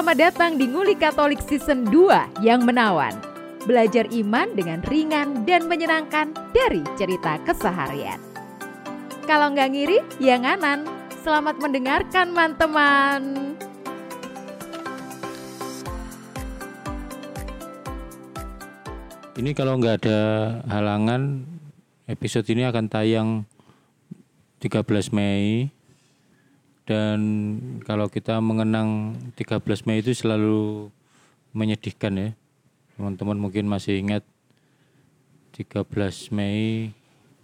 Selamat datang di Nguli Katolik Season 2 yang menawan. Belajar iman dengan ringan dan menyenangkan dari cerita keseharian. Kalau nggak ngiri, ya nganan. Selamat mendengarkan, teman-teman. Ini kalau nggak ada halangan, episode ini akan tayang 13 Mei. Dan kalau kita mengenang 13 Mei itu selalu menyedihkan ya. Teman-teman mungkin masih ingat 13 Mei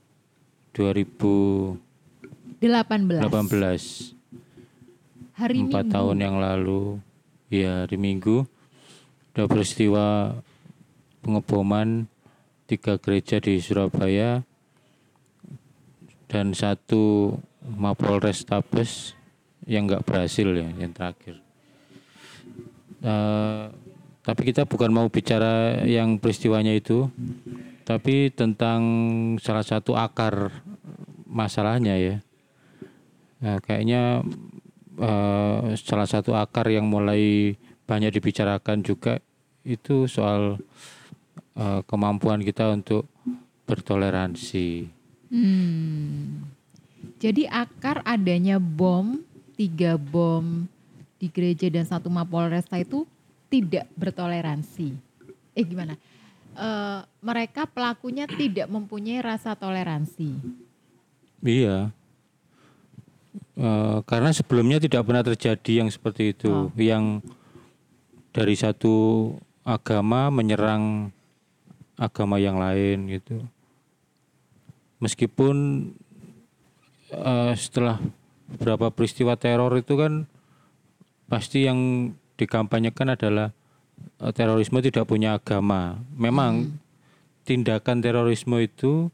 2018. Hari 4 Minggu. tahun yang lalu, ya hari Minggu, ada peristiwa pengeboman 3 gereja di Surabaya dan 1 Mapolres Tabes yang nggak berhasil ya, yang terakhir. Tapi kita bukan mau bicara yang peristiwanya itu, tapi tentang salah satu akar masalahnya ya. Kayaknya salah satu akar yang mulai banyak dibicarakan juga itu soal kemampuan kita untuk bertoleransi. Jadi akar adanya 3 bom di gereja dan 1 Mapolresta itu tidak bertoleransi. Gimana? Mereka pelakunya tidak mempunyai rasa toleransi. Iya. Karena sebelumnya tidak pernah terjadi yang seperti itu, yang dari satu agama menyerang agama yang lain gitu. Meskipun setelah beberapa peristiwa teror itu kan pasti yang dikampanyekan adalah terorisme tidak punya agama. Memang tindakan terorisme itu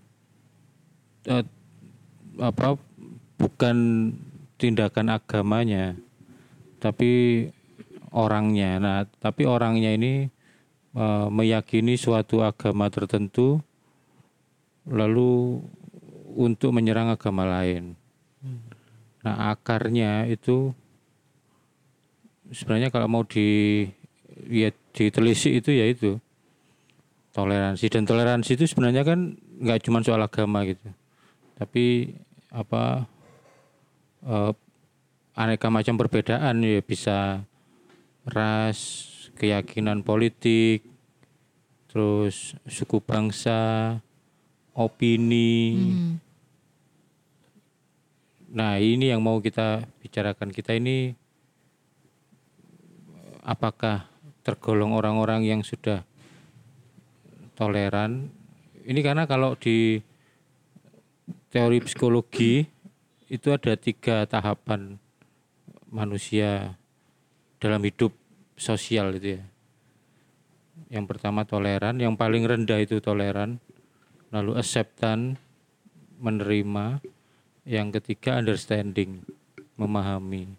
bukan tindakan agamanya, tapi orangnya. Nah, tapi orangnya ini meyakini suatu agama tertentu lalu untuk menyerang agama lain. Nah, akarnya itu sebenarnya kalau mau ditelisik itu ya itu toleransi. Dan toleransi itu sebenarnya kan nggak cuma soal agama gitu, tapi aneka macam perbedaan ya, bisa ras, keyakinan politik, terus suku bangsa, opini. Nah, ini yang mau kita bicarakan. Kita ini apakah tergolong orang-orang yang sudah toleran? Ini karena kalau di teori psikologi itu ada 3 tahapan manusia dalam hidup sosial itu ya. Yang pertama toleran, yang paling rendah itu toleran, lalu acceptance, menerima, yang ketiga understanding, memahami.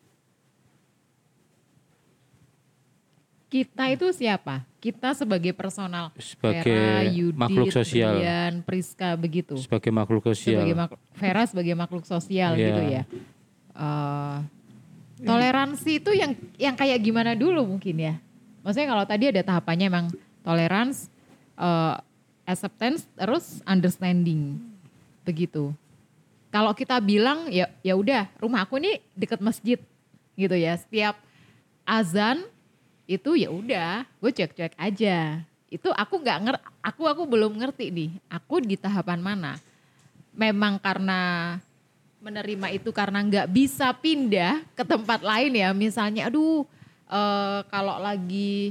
Kita itu siapa? Kita sebagai personal, Sebagai Vera, Yudit, makhluk sosial. Brian, Priska, begitu. Sebagai makhluk sosial. Vera sebagai makhluk sosial gitu ya. Toleransi itu yang kayak gimana dulu mungkin ya? Maksudnya kalau tadi ada tahapannya emang tolerance, acceptance, terus understanding, begitu. Kalau kita bilang ya udah, rumah aku nih deket masjid gitu ya. Setiap azan itu ya udah, gue cuek-cuek aja. Itu aku aku belum ngerti nih. Aku di tahapan mana? Memang karena menerima itu karena nggak bisa pindah ke tempat lain ya. Misalnya, kalau lagi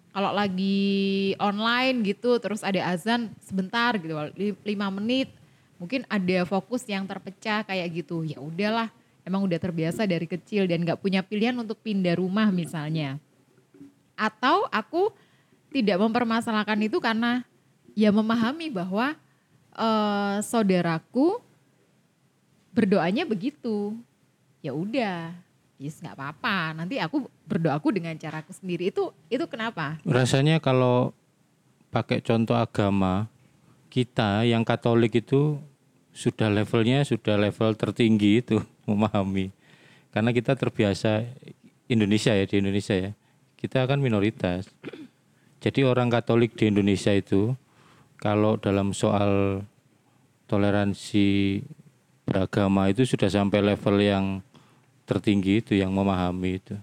online gitu, terus ada azan sebentar gitu, 5 menit. Mungkin ada fokus yang terpecah kayak gitu. Ya udahlah, emang udah terbiasa dari kecil dan nggak punya pilihan untuk pindah rumah misalnya. Atau aku tidak mempermasalahkan itu karena ya memahami bahwa saudaraku berdoanya begitu. Ya udah, yes nggak apa-apa. Nanti aku berdoaku dengan caraku sendiri. Itu kenapa? Rasanya kalau pakai contoh agama, kita yang Katolik itu sudah level tertinggi itu memahami. Karena kita terbiasa Indonesia ya, di Indonesia ya. Kita kan minoritas. Jadi orang Katolik di Indonesia itu kalau dalam soal toleransi beragama itu sudah sampai level yang tertinggi itu, yang memahami itu.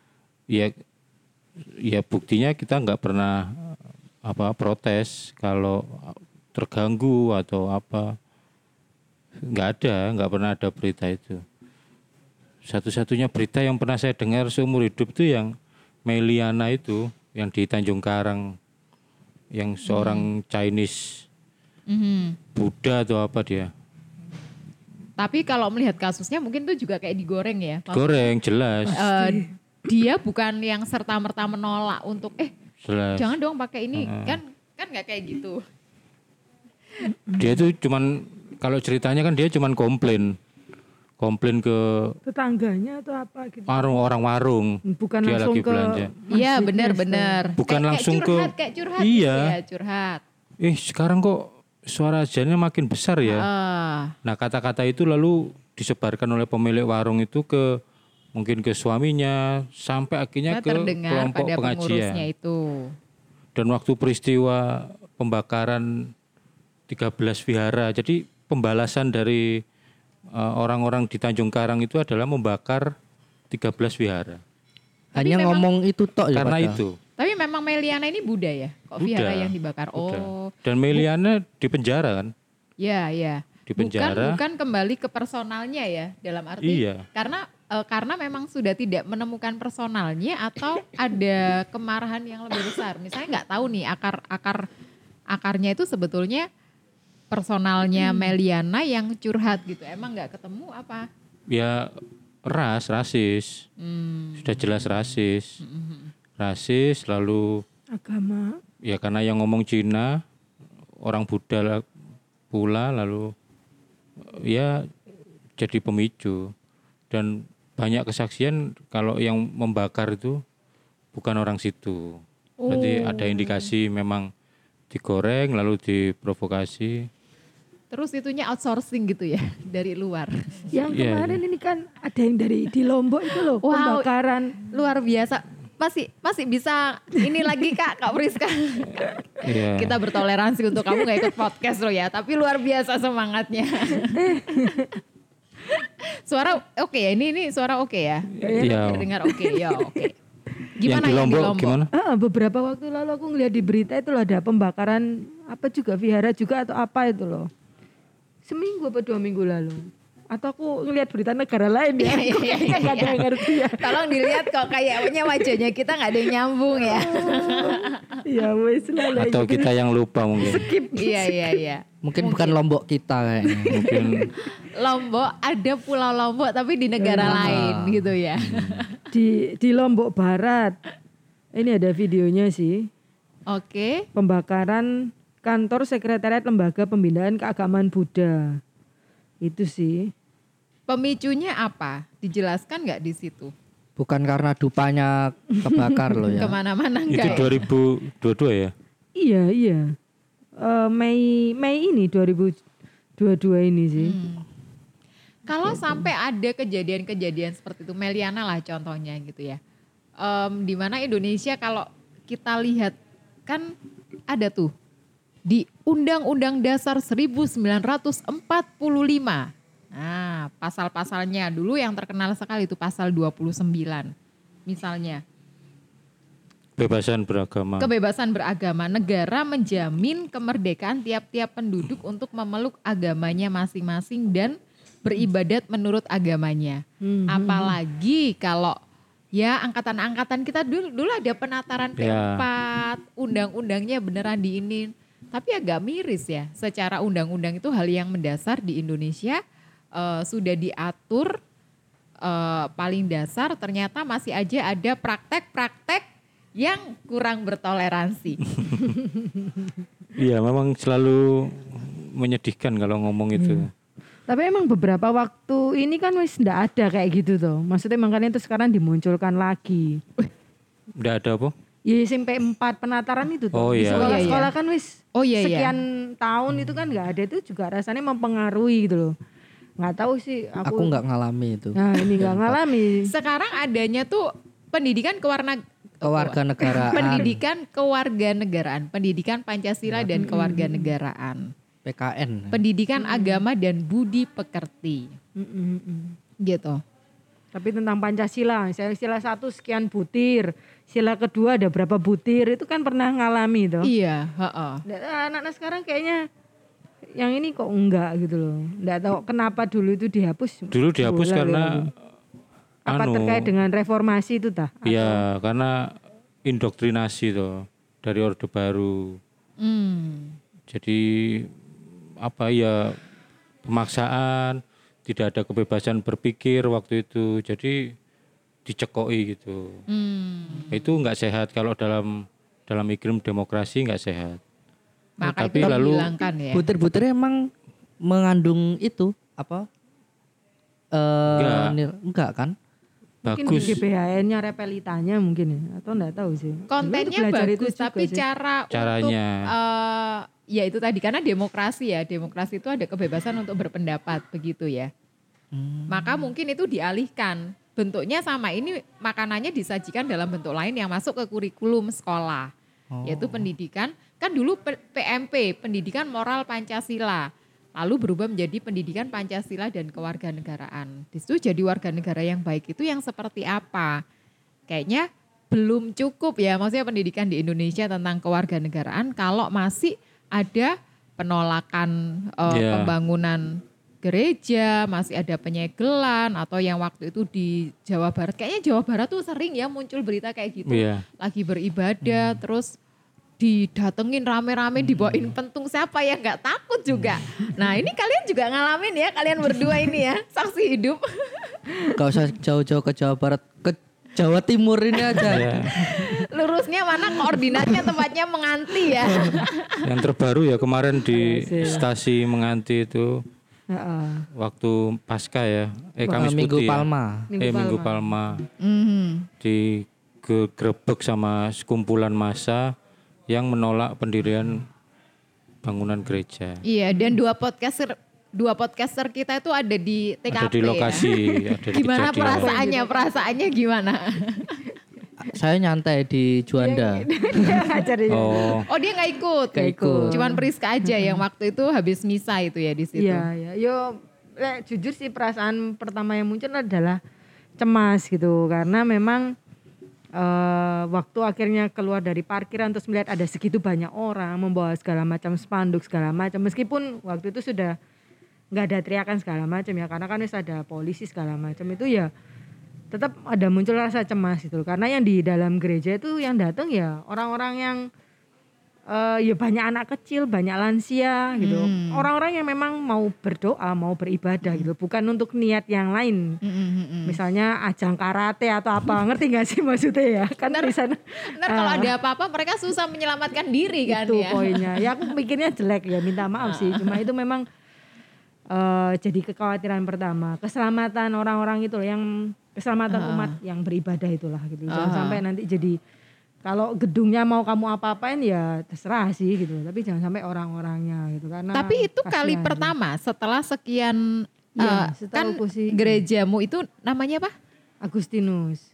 Ya buktinya kita nggak pernah protes kalau terganggu atau apa. Nggak pernah ada berita itu. Satu-satunya berita yang pernah saya dengar seumur hidup itu yang Meliana itu, yang di Tanjung Karang, yang seorang Chinese Buddha atau apa dia. Tapi kalau melihat kasusnya mungkin itu juga kayak digoreng ya. Goreng jelas. Dia bukan yang serta-merta menolak untuk Jelas. jangan dong pakai ini, kan nggak kayak gitu. Dia tuh cuman, kalau ceritanya kan dia cuman komplain ke tetangganya atau apa gitu. orang warung. Bukan dia langsung lagi ke belanja. Iya benar. Bukan langsung kayak curhat. Iya. Gitu ya, curhat. Sekarang kok suara azannya makin besar ya. Nah kata-kata itu lalu disebarkan oleh pemilik warung itu mungkin ke suaminya, sampai akhirnya ke kelompok pada pengajian. Itu. Dan waktu peristiwa pembakaran 13 vihara, jadi pembalasan dari orang-orang di Tanjung Karang itu adalah membakar 13 vihara. Hanya ngomong itu tok ya. Karena itu. Tapi memang Meliana ini Buddha ya? Kok vihara yang dibakar? Buddha. Oh. Dan Meliana di penjara kan? Iya. Di penjara. Bukan kembali ke personalnya ya, dalam arti. Iya. Karena memang sudah tidak menemukan personalnya atau ada kemarahan yang lebih besar. Misalnya nggak tahu nih akarnya itu sebetulnya personalnya Meliana yang curhat gitu. Emang nggak ketemu apa? Ya rasis. Sudah jelas rasis. Rasis, lalu agama. Ya karena yang ngomong Cina, orang Buddha pula, lalu ya jadi pemicu. Dan banyak kesaksian kalau yang membakar itu bukan orang situ. Berarti ada indikasi memang digoreng lalu diprovokasi. Terus itunya outsourcing gitu ya dari luar. Yang kemarin ini kan ada yang di Lombok itu loh, pembakaran. Luar biasa. Masih bisa ini lagi Kak Priska. Kita bertoleransi untuk kamu gak ikut podcast loh ya. Tapi luar biasa semangatnya. Suara oke ya? Ini suara oke ya? Iya. Dengar oke ya oke. Gimana yang di Lombok? Gimana? Beberapa waktu lalu aku ngeliat di berita itu loh, ada pembakaran apa juga, vihara juga atau apa itu loh. Seminggu apa 2 minggu lalu. Atau aku ngeliat berita negara lain ya. Iya. Gak ada yang ngerti ya. Tolong dilihat kok kayaknya wajahnya kita gak ada yang nyambung ya. Ya wes lah. Atau kita yang lupa mungkin. Skip. Iya. Mungkin bukan Lombok kita kayaknya. Mungkin Lombok, ada pulau Lombok tapi di negara lain gitu ya. Di Lombok Barat. Ini ada videonya sih. Oke. Pembakaran kantor sekretariat Lembaga Pembinaan Keagamaan Buddha. Itu sih. Pemicunya apa? Dijelaskan nggak di situ? Bukan karena dupanya kebakar loh ya. Kemana-mana itu enggak 2022 ya? Iya. Mei ini 2022 ini sih. Kalau sampai ada kejadian-kejadian seperti itu, Meliana lah contohnya gitu ya. Di mana Indonesia kalau kita lihat kan ada tuh di Undang-Undang Dasar 1945. Nah, pasal-pasalnya dulu yang terkenal sekali itu pasal 29. Misalnya, kebebasan beragama. Negara menjamin kemerdekaan tiap-tiap penduduk untuk memeluk agamanya masing-masing dan beribadat menurut agamanya. Apalagi kalau ya angkatan-angkatan kita dulu ada penataran P4, undang-undangnya beneran diinin. Tapi agak miris ya, secara undang-undang itu hal yang mendasar di Indonesia sudah diatur paling dasar, ternyata masih aja ada praktek-praktek yang kurang bertoleransi. Iya, memang selalu menyedihkan kalau ngomong itu. Tapi emang beberapa waktu ini kan wis ndak ada kayak gitu tuh. Maksudnya makanya itu sekarang dimunculkan lagi. Ndak ada apa? Ya SMP 4 penataran itu tuh. Oh, di iya. sekolah-sekolah kan wis sekian iya. tahun itu kan nggak ada, itu juga rasanya mempengaruhi gitu loh. Nggak tahu sih Aku nggak ngalami itu. Nah ini nggak ngalami. Sekarang adanya tuh pendidikan kewarganegaraan. pendidikan kewarganegaraan, pendidikan Pancasila dan kewarganegaraan, PKN. pendidikan agama dan budi pekerti, gitu. Tapi tentang Pancasila, misalnya sila 1 sekian butir, sila kedua ada berapa butir, itu kan pernah ngalami tuh. Iya, heeh. Anak-anak sekarang kayaknya yang ini kok enggak gitu loh. Enggak tahu kenapa dulu itu dihapus. Dulu dihapus Bola, karena apa terkait dengan reformasi itu tah? Iya, karena indoktrinasi tuh dari Orde Baru. Jadi apa ya, pemaksaan, tidak ada kebebasan berpikir waktu itu. Jadi dicekoi gitu. Itu enggak sehat kalau dalam iklim demokrasi, enggak sehat. Maka Tapi itu lalu dihilangkan ya. Butir-butir emang mengandung itu apa? Enggak kan? Mungkin Bagus. di GBHN-nya repelitanya mungkin ya, atau enggak tahu sih. Kontennya Dulu belajar itu bagus, juga tapi sih. Caranya. Ya itu tadi, karena demokrasi itu ada kebebasan untuk berpendapat begitu ya. Maka mungkin itu dialihkan, bentuknya sama, ini makanannya disajikan dalam bentuk lain yang masuk ke kurikulum sekolah, yaitu pendidikan, kan dulu PMP, pendidikan moral Pancasila, lalu berubah menjadi pendidikan Pancasila dan kewarganegaraan. Di situ jadi warga negara yang baik itu yang seperti apa? Kayaknya belum cukup ya, maksudnya pendidikan di Indonesia tentang kewarganegaraan kalau masih ada penolakan pembangunan gereja, masih ada penyegelan, atau yang waktu itu di Jawa Barat, kayaknya Jawa Barat tuh sering ya muncul berita kayak gitu, lagi beribadah terus didatengin rame-rame, dibawain pentung, siapa yang nggak takut juga. Nah ini kalian juga ngalamin ya, kalian berdua ini ya, saksi hidup. Gak usah jauh-jauh ke Jawa Barat, ke Jawa Timur ini aja. Lurusnya mana, koordinatnya tempatnya Menganti ya. Yang terbaru ya kemarin di stasi Menganti itu, waktu Pasca ya, Kamis Minggu Putih Palma. ya. Minggu Palma. Digerebek sama sekumpulan massa yang menolak pendirian bangunan gereja. Iya, dan dua podcaster kita itu ada di TKP, ada di lokasi, ya. ada di Gimana kejadian. perasaannya gimana? Saya nyantai di Juanda. Oh dia nggak ikut. Cuman Priska aja yang waktu itu habis misa itu ya di situ. Iya, jujur sih perasaan pertama yang muncul adalah cemas gitu, karena memang waktu akhirnya keluar dari parkiran terus melihat ada segitu banyak orang membawa segala macam spanduk segala macam, meskipun waktu itu sudah nggak ada teriakan segala macam ya, karena kan ada polisi segala macam, itu ya tetap ada muncul rasa cemas gitu, karena yang di dalam gereja itu yang datang ya orang-orang yang ya banyak anak kecil, banyak lansia gitu, orang-orang yang memang mau berdoa, mau beribadah gitu, bukan untuk niat yang lain, misalnya ajang karate atau apa, ngerti nggak sih maksudnya ya? Kan di sana. Ntar kalau ada apa-apa mereka susah menyelamatkan diri kan itu ya. Itu poinnya. Ya aku mikirnya jelek ya, minta maaf sih. Cuma itu memang jadi kekhawatiran pertama, keselamatan orang-orang itu, yang keselamatan umat yang beribadah itulah gitu. Jangan sampai nanti jadi, kalau gedungnya mau kamu apa-apain ya terserah sih gitu, tapi jangan sampai orang-orangnya gitu, karena tapi itu kasihan. kali pertama setelah sekian kan sih, gerejamu itu namanya apa? Agustinus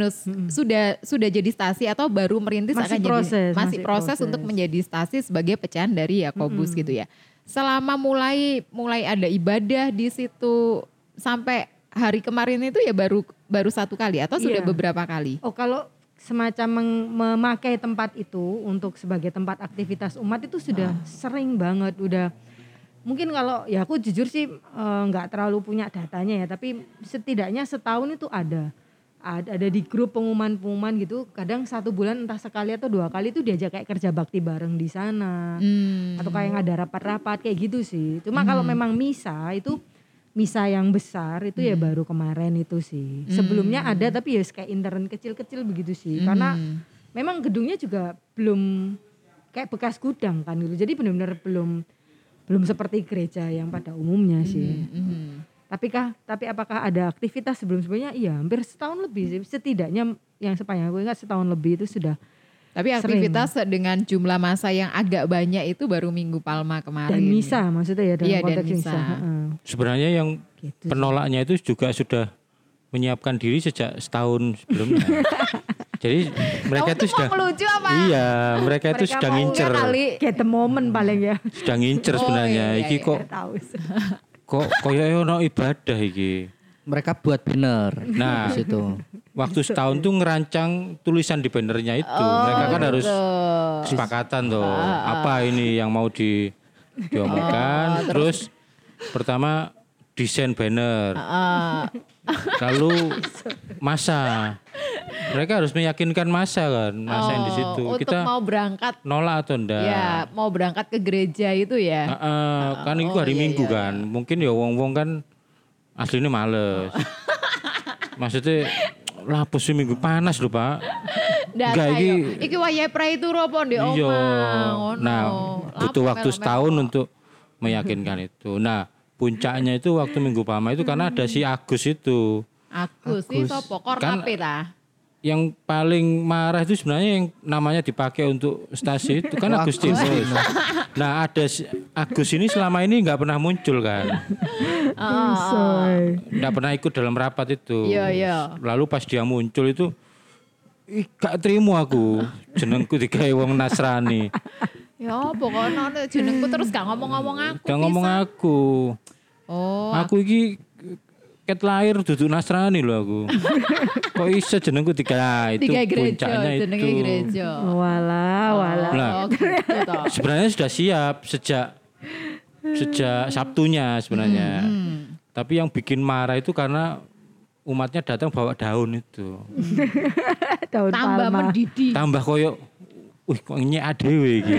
sudah jadi stasi atau baru merintis, masih akan proses, jadi masih proses untuk menjadi stasi sebagai pecahan dari Yakobus gitu ya. Selama mulai ada ibadah di situ sampai hari kemarin itu ya baru satu kali atau sudah beberapa kali? Oh, kalau semacam memakai tempat itu untuk sebagai tempat aktivitas umat itu sudah sering banget, udah mungkin, kalau ya aku jujur sih nggak terlalu punya datanya ya, tapi setidaknya setahun itu ada di grup pengumuman gitu, kadang 1 bulan entah sekali atau 2 kali itu diajak kayak kerja bakti bareng di sana, atau kayak ada rapat-rapat kayak gitu sih. Cuma kalau memang misa yang besar itu ya baru kemarin itu sih. Sebelumnya ada, tapi ya kayak intern kecil-kecil begitu sih. Karena memang gedungnya juga belum kayak bekas gudang kan gitu. Jadi benar-benar belum seperti gereja yang pada umumnya sih. Tapi apakah ada aktivitas sebelum-sebelumnya? Iya, hampir setahun lebih sih. Setidaknya yang sepanjang aku ingat setahun lebih itu sudah. Tapi aktivitas dengan jumlah masa yang agak banyak itu baru Minggu Palma kemarin. Dan misa maksudnya ya, dalam konteks dan misa. misa. Sebenarnya yang Gitu penolaknya itu juga sudah menyiapkan diri sejak setahun sebelumnya. Jadi mereka itu sudah lucu apa? Iya, mereka itu sudah ngincer. Get the moment paling ya. Sudah ngincer sebenarnya. Iki kok Tahu. koyo ono ibadah iki. Mereka buat banner. Nah, di situ. Waktu setahun tuh ngerancang tulisan di bannernya itu. Mereka kan harus kesepakatan tuh. Apa ini yang mau diomongkan. Terus pertama desain banner. Lalu masa. Mereka harus meyakinkan masa kan. Masa yang di situ. Untuk Kita mau berangkat. nolak atau enggak. Ya, mau berangkat ke gereja itu ya. Kan itu hari Minggu kan. Mungkin ya wong-wong kan aslinya males. Maksudnya lapus sih Minggu panas lho Pak. Enggak iki wayahe pra itu ropo ndek omah. Iya. Ngono. Nah, butuh Lapo waktu melo-melo. setahun untuk meyakinkan itu. Nah, puncaknya itu waktu Minggu Palma itu karena ada si Agus itu. Agus sih sopo Kan- Kornape ta? Yang paling marah itu sebenarnya yang namanya dipakai untuk stasi itu kan Agustinus. Nah, ada Agus ini selama ini nggak pernah muncul kan. Nggak pernah ikut dalam rapat itu. Iya. Lalu pas dia muncul itu gak terima aku jenengku digawe wong Nasrani. Ya pokoknya ono jenengku terus gak ngomong-ngomong aku. Gak ngomong pisan. aku. Oh, Aku iki ket lahir duduk Nasrani loh aku. Kok iso jenengku digawe itu tiga gereja, puncaknya jenenge itu. gereja. Walah. Nah, Oh, gitu toh. sebenarnya sudah siap sejak Sabtunya sebenarnya. Tapi yang bikin marah itu karena umatnya datang bawa daun itu. Daun Tambah palma. mendidih. Tambah koyo kok nyek adewe iki.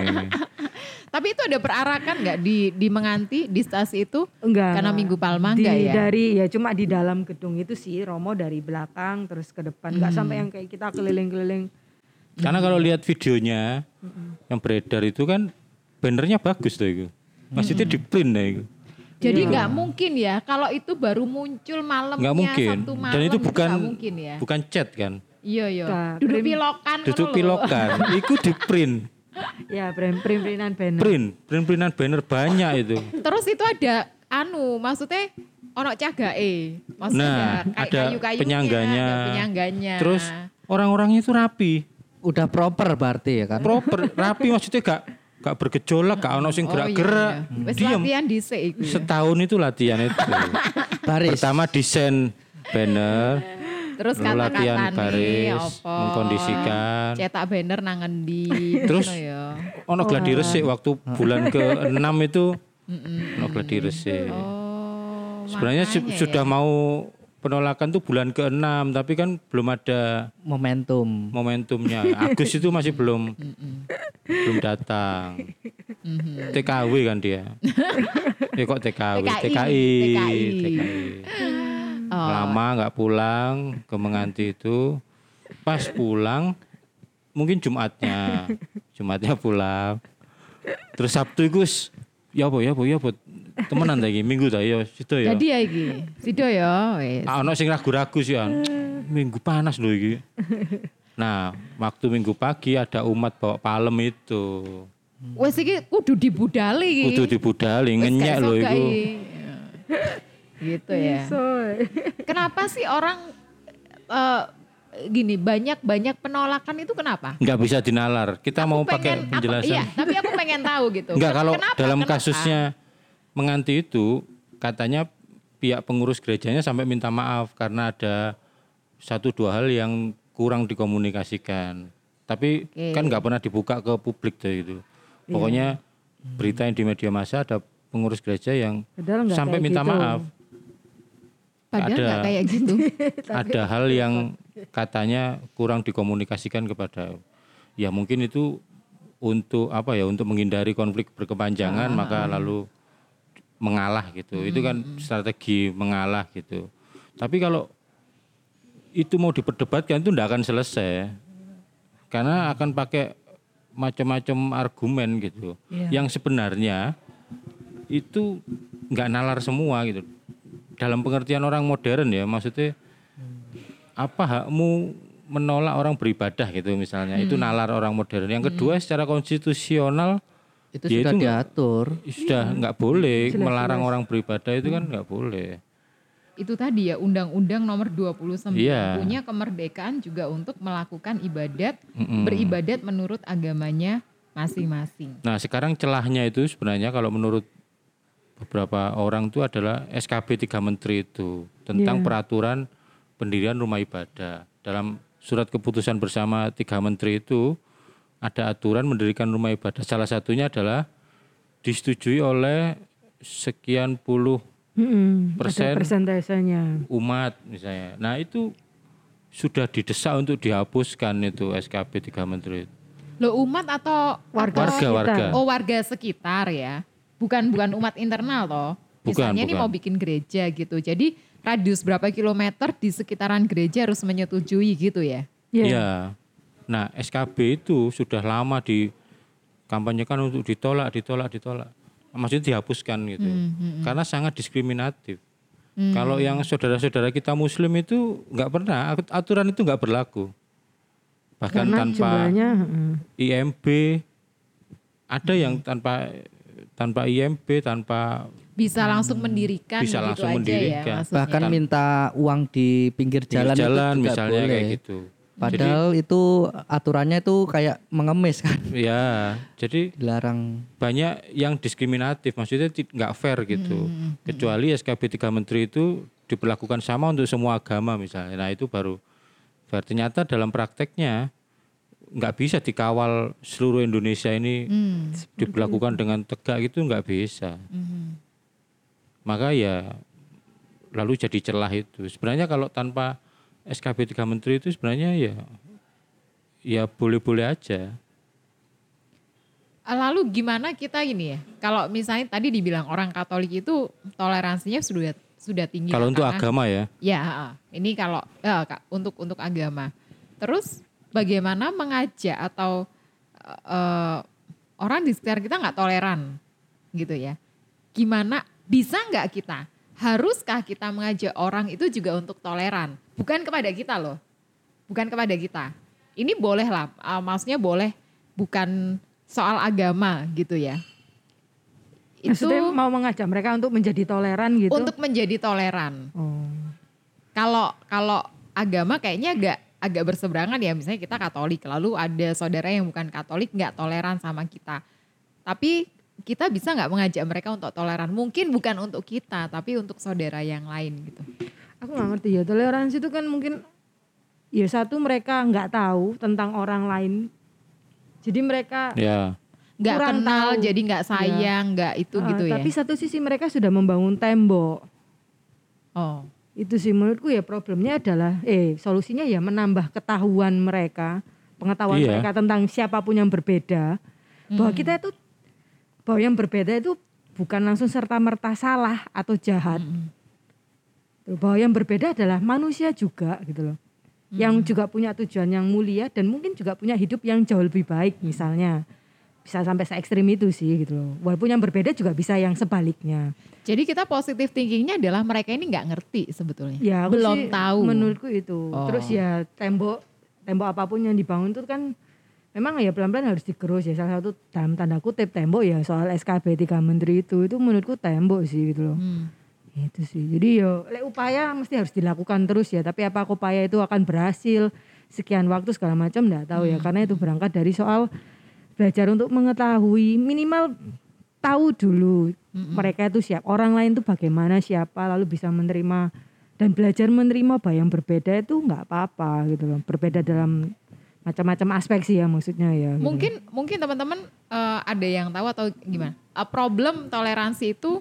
Tapi itu ada perarakan nggak di Menganti di stasi itu? Enggak. Karena Minggu Palma enggak ya? Dari ya cuma di dalam gedung itu sih Romo dari belakang terus ke depan. Enggak sampai yang kayak kita keliling-keliling. Karena kalau lihat videonya yang beredar itu kan bannernya bagus tuh itu. Maksudnya di print ya itu. Jadi nggak mungkin ya kalau itu baru muncul malamnya Nggak mungkin. Sabtu malam. Dan itu bukan nggak mungkin ya. bukan chat kan. Iya. Nggak, Duduk pilokan. Duduk ngono lho. pilokan. Itu di print. Ya print-printan banner. Printan banner banyak itu. Terus itu ada maksudnya ono cagae. Maksudnya Nah, kayak ada kayu-kayunya, penyangganya. ada penyangganya. Terus orang-orangnya itu rapi. Udah proper berarti ya kan? Proper, rapi maksudnya gak bergejolak, gak ono sing gerak-gerak. Wis Diam. latihan dhisik iku ya. Setahun itu latihan itu. Baris. Pertama desain banner, Terus lalu latihan kata-katane baris, apa? mengkondisikan. Cetak banner nang endi. Terus ngono ya. ono gladi resik waktu bulan ke-6 itu. Ono gladi resik. Oh. Sebenarnya makanya sudah ya. mau penolakan tuh bulan ke-6 tapi kan belum ada Momentum. momentumnya. Agus itu masih belum datang. TKW kan dia. Kok TKW? TKI. TKI. Lama nggak pulang ke Menganti itu. Pas pulang mungkin Jumatnya pulang. Terus Sabtu itu ya apa temenan lagi Minggu ta ya sido ya. Jadi ya iki. Sido ya wis. Ono sing ragu-ragu sih kan. Minggu panas loh iki. Nah, waktu Minggu pagi ada umat bawa palem itu. Wis iki kudu dibudali iki. Kudu dibudali Wis ngenyek gak loh iso iku. gak gitu ya. Kenapa sih orang gini banyak penolakan itu kenapa? Nggak bisa dinalar. Kita mau pakai Pengen- penjelasan. Iya, tapi aku pengen tahu gitu. Enggak, kalau Kenapa? dalam Kenapa? kasusnya Menganti itu katanya pihak pengurus gerejanya sampai minta maaf karena ada 1-2 hal yang kurang dikomunikasikan. Tapi Oke. kan nggak pernah dibuka ke publik tuh itu. Pokoknya berita yang di media massa ada pengurus gereja yang Padahal nggak sampai kayak minta gitu. maaf. Padahal ada- nggak kayak gitu. Ada hal yang katanya kurang dikomunikasikan kepada ya mungkin itu untuk apa ya, untuk menghindari konflik berkepanjangan maka lalu mengalah gitu. Itu kan strategi mengalah gitu. Tapi kalau itu mau diperdebatkan itu tidak akan selesai. Karena akan pakai macam-macam argumen gitu. Yang sebenarnya itu nggak nalar semua gitu. Dalam pengertian orang modern ya, maksudnya apa hakmu menolak orang beribadah gitu misalnya. Itu nalar orang modern. Yang kedua secara konstitusional Itu ya sudah itu diatur. sudah nggak boleh melarang orang beribadah itu kan nggak boleh. itu tadi ya Undang-Undang nomor 29 Iya. punya kemerdekaan juga untuk melakukan ibadat, beribadat menurut agamanya masing-masing. Nah sekarang celahnya itu sebenarnya kalau menurut beberapa orang itu adalah SKB 3 Menteri itu tentang peraturan pendirian rumah ibadah. Dalam surat keputusan bersama 3 Menteri itu ada aturan mendirikan rumah ibadah. Salah satunya adalah disetujui oleh sekian puluh Ada persentasenya. umat misalnya. Nah itu sudah didesak untuk dihapuskan itu SKB 3 Menteri. Loh umat atau Warga atau- sekitar. Warga. Oh warga sekitar ya. Bukan umat internal toh. Misalnya ini Bukan. mau bikin gereja gitu. Jadi radius berapa kilometer di sekitaran gereja harus menyetujui gitu ya. Iya. Ya. Nah, SKB itu sudah lama dikampanyekan untuk ditolak. Maksudnya dihapuskan gitu. Karena sangat diskriminatif. Kalau yang saudara-saudara kita Muslim itu nggak pernah, aturan itu nggak berlaku. Bahkan Karena tanpa jumlahnya IMB, ada yang tanpa IMB, tanpa Bisa langsung mendirikan Bisa gitu langsung aja mendirikan. ya maksudnya. Bahkan minta uang di pinggir pinggir jalan, jalan itu juga misalnya boleh. kayak gitu. Padahal itu aturannya itu kayak mengemis kan, Ya, jadi dilarang. banyak yang diskriminatif, maksudnya nggak fair gitu. Kecuali SKB 3 Menteri itu diberlakukan sama untuk semua agama misalnya. Nah itu baru fair. Ternyata dalam prakteknya nggak bisa dikawal seluruh Indonesia ini diberlakukan dengan tegak gitu, nggak bisa. Maka ya lalu jadi celah itu. Sebenarnya kalau tanpa SKB 3 Menteri itu sebenarnya ya boleh-boleh aja. Lalu gimana kita ini ya? Kalau misalnya tadi dibilang orang Katolik itu toleransinya sudah tinggi. Kalau untuk karena- agama ya. Ya, ini kalau untuk agama. Terus bagaimana mengajak atau orang di sekitar kita nggak toleran gitu ya? Gimana bisa nggak kita? Haruskah kita mengajak orang itu juga untuk toleran? Bukan kepada kita loh, bukan kepada kita. Ini boleh lah, maksudnya boleh, bukan soal agama gitu ya. maksudnya mau mengajak mereka untuk menjadi toleran gitu. Untuk menjadi toleran. Oh. Kalau agama kayaknya agak berseberangan ya, misalnya kita Katolik, lalu ada saudara yang bukan Katolik nggak toleran sama kita. Tapi kita bisa nggak mengajak mereka untuk toleran? Mungkin bukan untuk kita, tapi untuk saudara yang lain gitu. Aku nggak ngerti ya, toleransi itu kan mungkin ya satu mereka nggak tahu tentang orang lain. Jadi mereka Ya. Nggak Kurang kenal, tahu. jadi nggak sayang, nggak itu gitu ya. Tapi satu sisi mereka sudah membangun tembok. Oh, Itu sih menurutku ya problemnya adalah solusinya ya menambah ketahuan mereka, pengetahuan Iya. mereka tentang siapapun yang berbeda. Bahwa kita itu bahwa yang berbeda itu bukan langsung serta-merta salah atau jahat. Bahwa yang berbeda adalah manusia juga gitu loh. Yang juga punya tujuan yang mulia dan mungkin juga punya hidup yang jauh lebih baik misalnya. Bisa sampai se ekstrim itu sih gitu loh. Walaupun yang berbeda juga bisa yang sebaliknya. jadi kita positif thinkingnya adalah mereka ini nggak ngerti sebetulnya, Ya, aku belum sih tahu. Menurutku itu. Oh. Terus ya tembok apapun yang dibangun itu kan memang ya pelan-pelan harus digerus ya. Salah satu dalam tanda kutip tembok ya soal SKB 3 Menteri itu menurutku tembok sih gitu loh. Itu sih. Jadi yo upaya mesti harus dilakukan terus ya. Tapi apa upaya itu akan berhasil sekian waktu segala macam enggak tahu ya. Karena itu berangkat dari soal belajar untuk mengetahui minimal tahu dulu mereka itu siapa, orang lain itu bagaimana, siapa, lalu bisa menerima dan belajar menerima bahwa yang berbeda itu nggak apa-apa gitu loh. Berbeda dalam macam-macam aspek sih ya maksudnya ya. Gitu. Mungkin teman-teman ada yang tahu atau gimana? Problem toleransi itu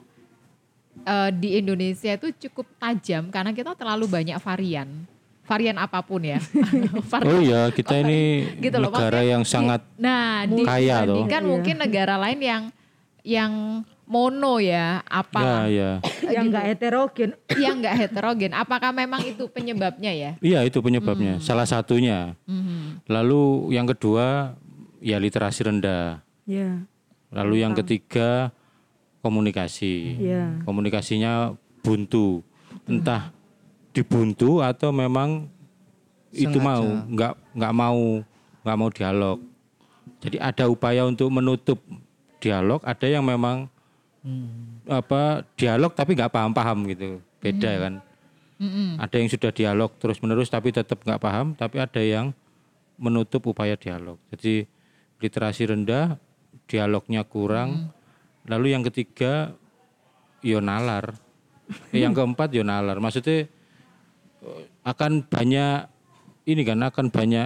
di Indonesia itu cukup tajam karena kita terlalu banyak varian apapun ya. Oh iya, kita ini Gitu loh, negara maksudnya yang sangat Nah, kaya toh. dibandingkan mungkin negara lain yang mono ya, apa ya. yang nggak heterogen. yang nggak heterogen. Apakah memang itu penyebabnya ya? Iya, itu penyebabnya. Salah satunya. Lalu yang kedua ya literasi rendah. Ya. Lalu yang ketiga komunikasi. Iya. Komunikasinya buntu. Entah dibuntu atau memang itu nggak mau dialog. Jadi ada upaya untuk menutup dialog, ada yang memang dialog tapi nggak paham-paham gitu, beda kan. Ada yang sudah dialog terus-menerus tapi tetap nggak paham, tapi ada yang menutup upaya dialog. Jadi literasi rendah, dialognya kurang. Lalu yang ketiga, yo nalar. Yang keempat yo nalar. Maksudnya akan banyak akan banyak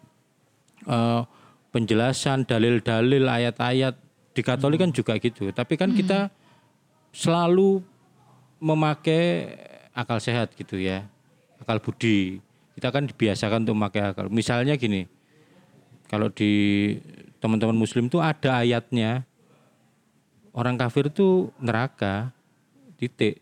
penjelasan, dalil-dalil, ayat-ayat. Di Katolik kan juga gitu. Tapi kan kita selalu memakai akal sehat gitu ya, akal budi. Kita kan dibiasakan untuk memakai akal. Misalnya gini, kalau di teman-teman Muslim tuh ada ayatnya, orang kafir tuh neraka, titik.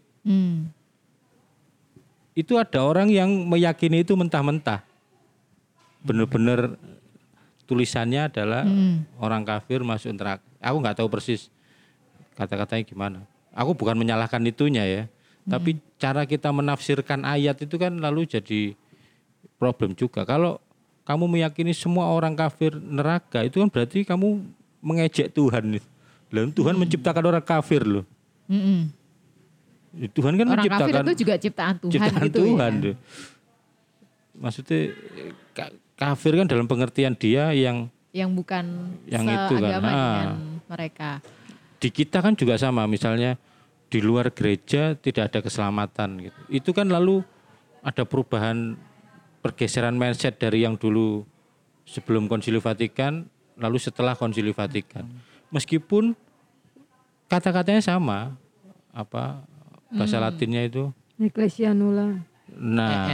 Itu ada orang yang meyakini itu mentah-mentah. Benar-benar tulisannya adalah orang kafir masuk neraka. Aku nggak tahu persis kata-katanya gimana. Aku bukan menyalahkan itunya ya. Tapi cara kita menafsirkan ayat itu kan lalu jadi problem juga. Kalau kamu meyakini semua orang kafir neraka, itu kan berarti kamu mengejek Tuhan. Lalu Tuhan menciptakan orang kafir loh. Tuhan kan Orang menciptakan. kafir itu juga ciptaan Tuhan Ciptaan gitu Tuhan. ya. Tuh. Maksudnya kafir kan dalam pengertian dia yang bukan yang itu kan. seagama dengan mereka. Di kita kan juga sama, misalnya di luar gereja tidak ada keselamatan gitu. Itu kan lalu ada perubahan, pergeseran mindset dari yang dulu sebelum Konsili Vatikan lalu setelah Konsili Vatikan. Meskipun kata-katanya sama, bahasa Latinnya itu Ecclesia Nulla. nah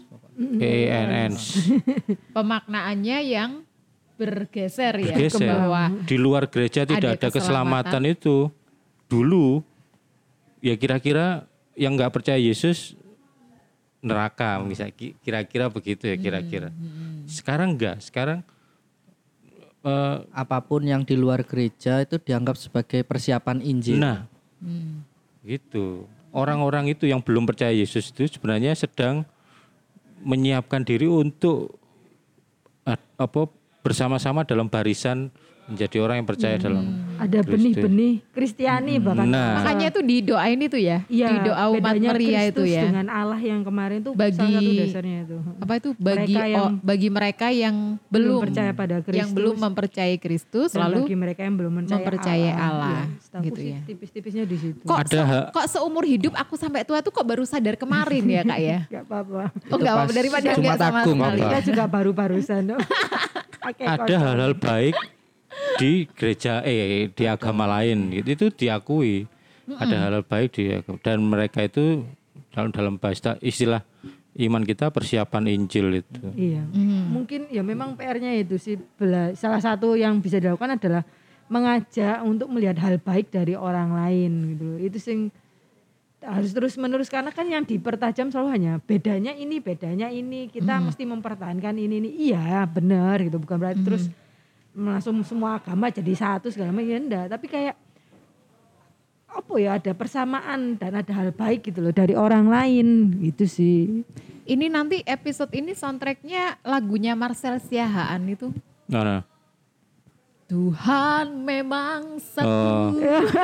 ENS. Pemaknaannya yang bergeser ya ke Bergeser. bawah. Di luar gereja tidak ada keselamatan itu. Dulu ya kira-kira yang nggak percaya Yesus neraka, misalnya kira-kira begitu ya kira-kira. Sekarang enggak, sekarang Apapun yang di luar gereja itu dianggap sebagai persiapan Injil. nah gitu. Orang-orang itu yang belum percaya Yesus itu sebenarnya sedang menyiapkan diri untuk bersama-sama dalam barisan menjadi orang yang percaya dalam Ada Kristus. benih-benih Kristiani bahkan. Nah. Makanya itu didoain itu ya. Iya, Di doa umat bedanya Maria itu Kristus ya. dengan Allah yang kemarin tuh Bagi- salah satu dasarnya itu. Apa itu bagi Mereka mereka yang belum belum percaya pada Kristus, yang belum mempercayai Kristus dan lalu bagi mereka yang belum mempercayai Allah, Iya, setahu gitu sih ya. tipis-tipisnya di situ. kok seumur hidup aku sampai tua tuh kok baru sadar kemarin ya Kak ya. Gak apa-apa. Oh enggak apa pas daripada Jumat enggak sama Agung. sekali. Kita juga baru-barusan. Oke, ada kosong. hal-hal baik di gereja di agama lain gitu, itu diakui. Ada hal-hal baik di agama, dan mereka itu dalam bahasa istilah iman kita persiapan Injil itu. Iya. Mungkin ya memang PR-nya itu sih. Salah satu yang bisa dilakukan adalah mengajak untuk melihat hal baik dari orang lain gitu loh. Itu sing harus terus menerus, karena kan yang dipertajam selalu hanya bedanya ini, kita mesti mempertahankan ini. Iya, benar gitu. Bukan berarti terus langsung semua agama jadi satu segala macam, ya enggak. Tapi kayak apa ya, ada persamaan dan ada hal baik gitu loh dari orang lain gitu sih. Ini nanti episode ini soundtracknya lagunya Marcel Siahaan itu. Nah. Tuhan memang satu. Oh.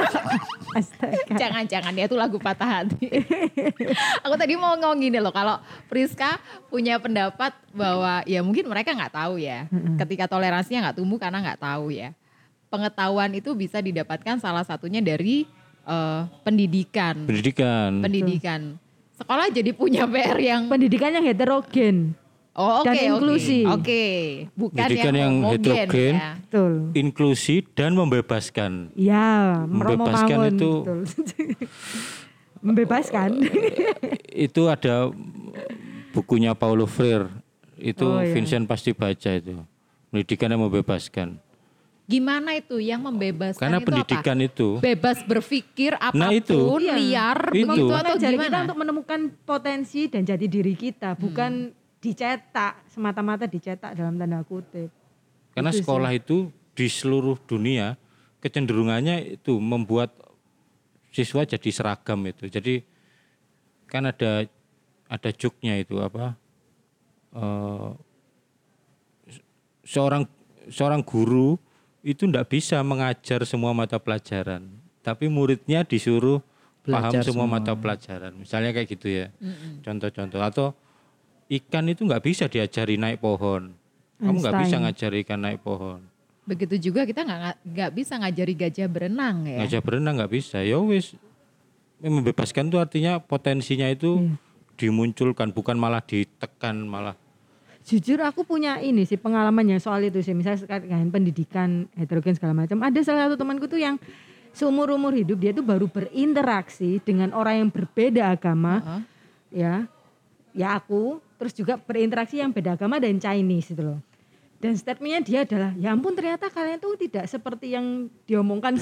Astaga. Jangan-jangan ya itu lagu patah hati. Aku tadi mau ngomong gini loh, kalau Priska punya pendapat bahwa ya mungkin mereka nggak tahu ya, ketika toleransinya nggak tumbuh karena nggak tahu ya. Pengetahuan itu bisa didapatkan salah satunya dari pendidikan. Pendidikan. Sekolah jadi punya PR yang Pendidikan yang heterogen. oke, dan inklusi. Oke. Bukan Pendidikan yang homogen heterogen. ya. Betul. Inklusi dan membebaskan. Ya, Membebaskan Romo itu. Mangun, betul. Membebaskan. Itu ada bukunya Paulo Freire. Itu Oh, iya. Vincent pasti baca itu. Pendidikan yang membebaskan. Gimana itu yang membebaskan Karena itu pendidikan apa? itu Bebas berpikir apapun, Nah, itu. Iya. liar, Itu. begitu atau Mengajari kita gimana? untuk menemukan potensi dan jati diri kita, bukan dicetak, semata-mata dicetak dalam tanda kutip. karena Itu sih. sekolah itu di seluruh dunia kecenderungannya itu membuat siswa jadi seragam itu. Jadi kan ada joke-nya itu apa? Seorang guru itu tidak bisa mengajar semua mata pelajaran, tapi muridnya disuruh paham Belajar semua semua. mata pelajaran. Misalnya kayak gitu ya. Contoh-contoh. Atau ikan itu nggak bisa diajari naik pohon. Kamu nggak bisa Einstein. ngajari ikan naik pohon. Begitu juga kita nggak bisa ngajari gajah berenang ya. Ngajak berenang nggak bisa. Ya wis, membebaskan tuh artinya potensinya itu dimunculkan, bukan malah ditekan, malah. Jujur aku punya ini sih pengalamannya soal itu sih. Misalnya dengan pendidikan heterogen segala macam. Ada salah satu temanku tuh yang seumur-umur hidup dia tuh baru berinteraksi dengan orang yang berbeda agama. Ya aku. Terus juga berinteraksi yang beda agama dan Chinese itu loh. Dan statementnya dia adalah, ya ampun ternyata kalian tuh tidak seperti yang diomongkan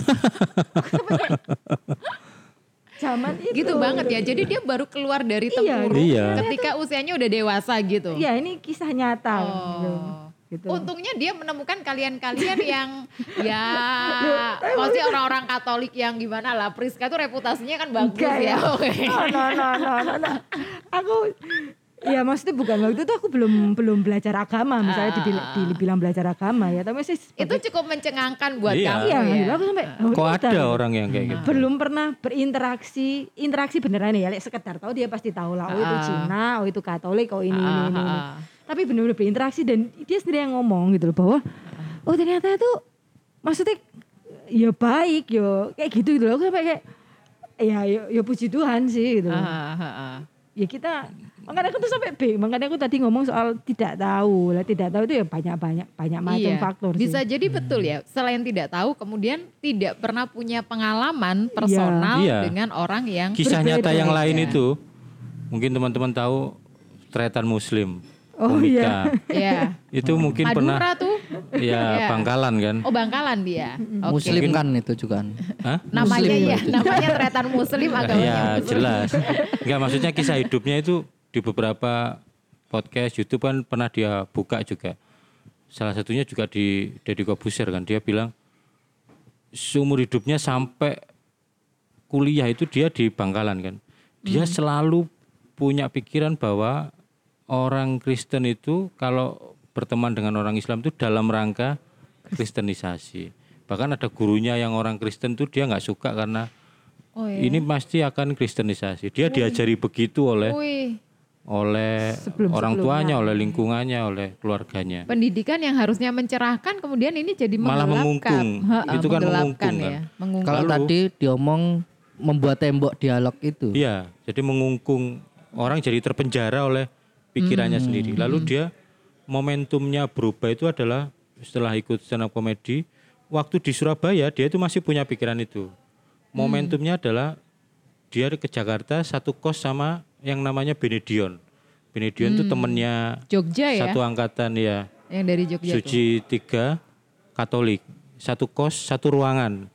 zaman itu. Gitu banget ya. Jadi dia baru keluar dari Iya, tempurung iya. ketika usianya udah dewasa gitu. Iya ini kisah nyata. Gitu. Untungnya dia menemukan kalian-kalian yang ya maksudnya orang-orang Katolik yang gimana lah. Priska tuh reputasinya kan bagus Enggak ya. Oke. No. Aku ya maksudnya bukan waktu itu aku belum belajar agama misalnya dibilang belajar agama ya tapi sih Itu cukup mencengangkan buat Iya. kamu iya ya. aku sampai Kok ini ada orang yang kayak gitu? belum pernah berinteraksi beneran ya sekedar tahu dia pasti tahu lah oh itu Cina oh itu Katolik oh ini. Tapi benar-benar berinteraksi dan dia sendiri yang ngomong gitu loh bahwa oh ternyata itu maksudnya ya baik yo kayak gitu loh aku sampai kayak ya puji Tuhan sih gitu. Ya kita makanya aku tuh sampai makanya aku tadi ngomong soal tidak tahu itu ya banyak macam faktor sih. Bisa jadi betul ya. Selain tidak tahu kemudian tidak pernah punya pengalaman personal Iya. dengan orang yang Kisah nyata berbeda. yang lain itu, mungkin teman-teman tahu tretan Muslim. Oh Komika. ya. Itu mungkin pernah, Madura tuh. ya Iya. Bangkalan kan. Oh Bangkalan dia. Oke. Muslim kan itu juga kan. Hah? Namanya Muslim ya, itu. namanya tretan muslim agamanya Iya muslim. jelas. Enggak maksudnya kisah hidupnya itu di beberapa podcast YouTube kan pernah dia buka juga. Salah satunya juga di Deddy Kobuser kan. Dia bilang seumur hidupnya sampai kuliah itu dia di Bangkalan kan. Dia selalu punya pikiran bahwa orang Kristen itu kalau berteman dengan orang Islam itu dalam rangka kristenisasi. Bahkan ada gurunya yang orang Kristen tuh dia nggak suka karena Oh, iya. ini pasti akan kristenisasi. Dia diajari begitu oleh Wih, orang tuanya, oleh lingkungannya, oleh keluarganya. pendidikan yang harusnya mencerahkan kemudian ini jadi Malah menggelapkan. mengungkung. Itu kan Menggelapkan mengungkung ya. Mengungkung. Kalau Lalu- tadi diomong membuat tembok dialog itu. Iya, jadi mengungkung orang jadi terpenjara oleh pikirannya sendiri. Lalu dia momentumnya berubah itu adalah setelah ikut stand up comedy, waktu di Surabaya dia itu masih punya pikiran itu. Momentumnya adalah dia ke Jakarta satu kos sama yang namanya Benedion. Benedion itu temennya Jogja ya, satu angkatan ya, yang dari Jogja tuh. Suci 3 Katolik. Satu kos, satu ruangan.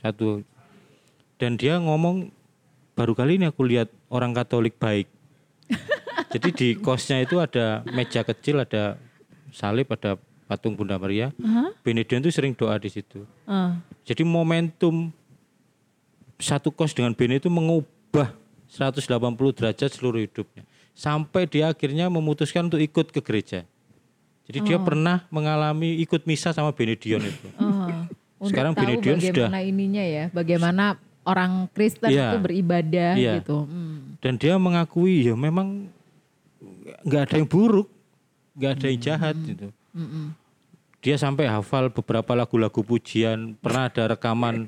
Dan dia ngomong baru kali ini aku lihat orang Katolik baik. Jadi di kosnya itu ada meja kecil, ada salib, ada patung Bunda Maria. Benedion itu sering doa di situ. Jadi momentum satu kos dengan Ben itu mengubah 180 derajat seluruh hidupnya. Sampai dia akhirnya memutuskan untuk ikut ke gereja. Jadi dia pernah mengalami ikut misa sama Benedion itu. Untuk Sekarang tahu Benedion bagaimana ininya ya, bagaimana orang Kristen Iya. itu beribadah Iya. gitu. Dan dia mengakui ya memang nggak ada yang buruk, nggak ada yang jahat gitu. Dia sampai hafal beberapa lagu-lagu pujian. Pernah ada rekaman.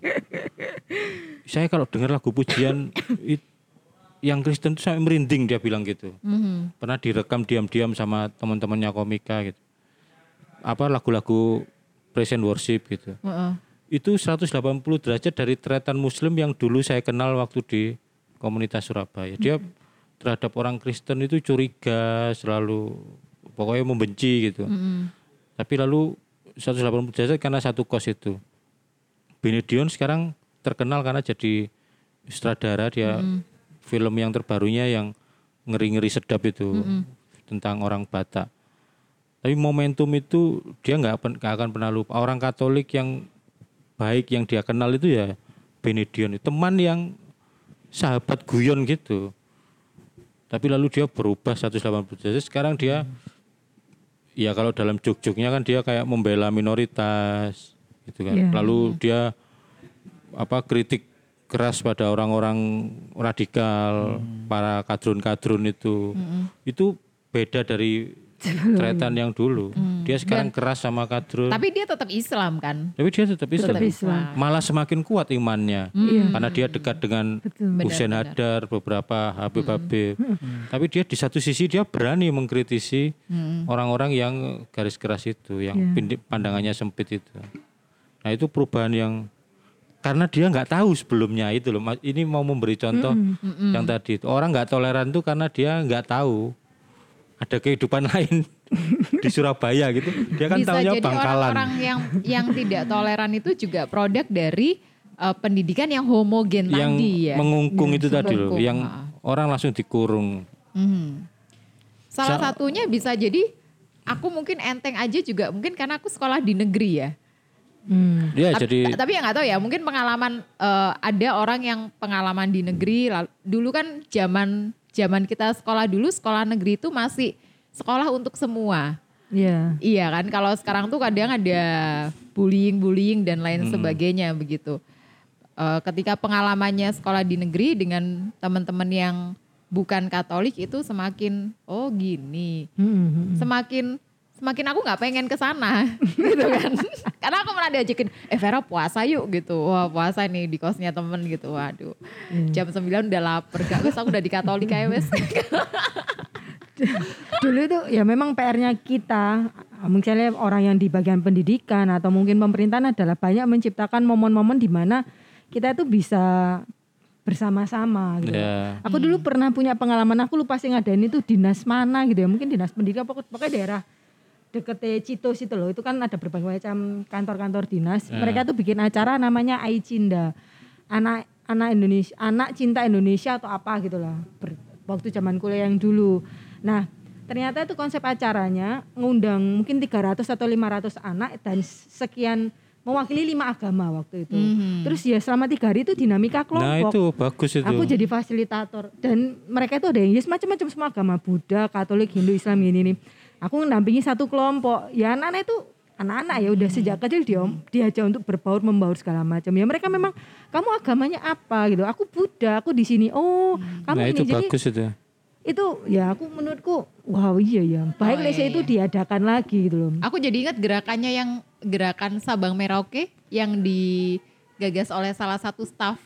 Saya kalau dengar lagu pujian yang Kristen itu sampai merinding dia bilang gitu. Pernah direkam diam-diam sama teman-temannya komika gitu. Apa lagu-lagu praise and worship gitu. Itu 180 derajat dari tretan Muslim yang dulu saya kenal waktu di komunitas Surabaya. Dia terhadap orang Kristen itu curiga, selalu pokoknya membenci gitu. Tapi lalu 180 derajat karena satu kos itu. Benedion sekarang terkenal karena jadi sutradara, dia film yang terbarunya yang ngeri-ngeri sedap itu tentang orang Batak. Tapi momentum itu dia nggak akan pernah lupa. Orang Katolik yang baik yang dia kenal itu ya Benedion, teman yang sahabat guyon gitu. Tapi lalu dia berubah 180 derajat. Sekarang dia ya kalau dalam jok-joknya kan dia kayak membela minoritas gitu kan. Iya. Lalu dia kritik keras pada orang-orang radikal, para kadrun-kadrun itu beda dari Tretan yang dulu. Dia sekarang keras sama kadrun. Tapi dia tetap Islam kan? Tapi dia tetap Islam. Islam. Malah semakin kuat imannya. Karena dia dekat dengan Hussein Haddad, beberapa Habib-Habib. Tapi dia di satu sisi dia berani mengkritisi orang-orang yang garis keras itu, yang pandangannya sempit itu. Nah itu perubahan yang karena dia nggak tahu sebelumnya itu loh. Ini mau memberi contoh yang tadi. Orang nggak toleran itu karena dia nggak tahu ada kehidupan lain di Surabaya gitu. Dia kan taunya Bangkalan. Orang-orang yang tidak toleran itu juga produk dari pendidikan yang homogen yang tadi ya. Mengungkung itu tadi loh, yang orang langsung dikurung. Salah satunya bisa jadi aku mungkin enteng aja juga mungkin karena aku sekolah di negeri ya. Ya, tapi ya nggak tahu ya, mungkin pengalaman ada orang yang pengalaman di negeri dulu kan zaman kita sekolah dulu, sekolah negeri itu masih sekolah untuk semua. Iya. Iya kan, kalau sekarang tuh kadang ada bullying dan lain sebagainya begitu. Ketika pengalamannya sekolah di negeri dengan teman-teman yang bukan Katolik itu semakin gini. Semakin aku nggak pengen ke sana gitu kan. Karena aku pernah diajakin, Vera puasa yuk gitu. Wah puasa nih di kosnya temen gitu. Waduh jam 9 udah lapar. Gak wes aku udah di Katolik kayak wes. Dulu itu ya memang PR-nya kita, misalnya orang yang di bagian pendidikan atau mungkin pemerintahan adalah banyak menciptakan momen-momen di mana kita itu bisa bersama-sama gitu. Aku dulu pernah punya pengalaman, aku lupa sih ngadain itu dinas mana gitu ya. Mungkin dinas pendidikan pokoknya daerah deket Citos itu loh, itu kan ada berbagai macam kantor-kantor dinas. Mereka tuh bikin acara namanya Aicinda, anak Indonesia, anak cinta Indonesia atau apa gitu lah. Waktu zaman kuliah yang dulu. Nah, ternyata itu konsep acaranya ngundang mungkin 300 atau 500 anak dan sekian mewakili 5 agama waktu itu. Terus ya selama 3 hari itu dinamika kelompok. Nah itu bagus itu. Aku jadi fasilitator dan mereka itu ada yang macam-macam semua agama, Buddha, Katolik, Hindu, Islam ini. Aku mendampingi satu kelompok. Ya anak-anak itu anak-anak ya udah sejak kecil diajak untuk membaur segala macam. Ya mereka memang kamu agamanya apa gitu. Aku Buddha, aku di sini. Oh, kamu nah, ini itu jadi bagus itu. Itu ya aku menurutku wow iya ya. Baik itu diadakan lagi gitu loh. Aku jadi ingat gerakannya yang gerakan Sabang Merauke yang digagas oleh salah satu staf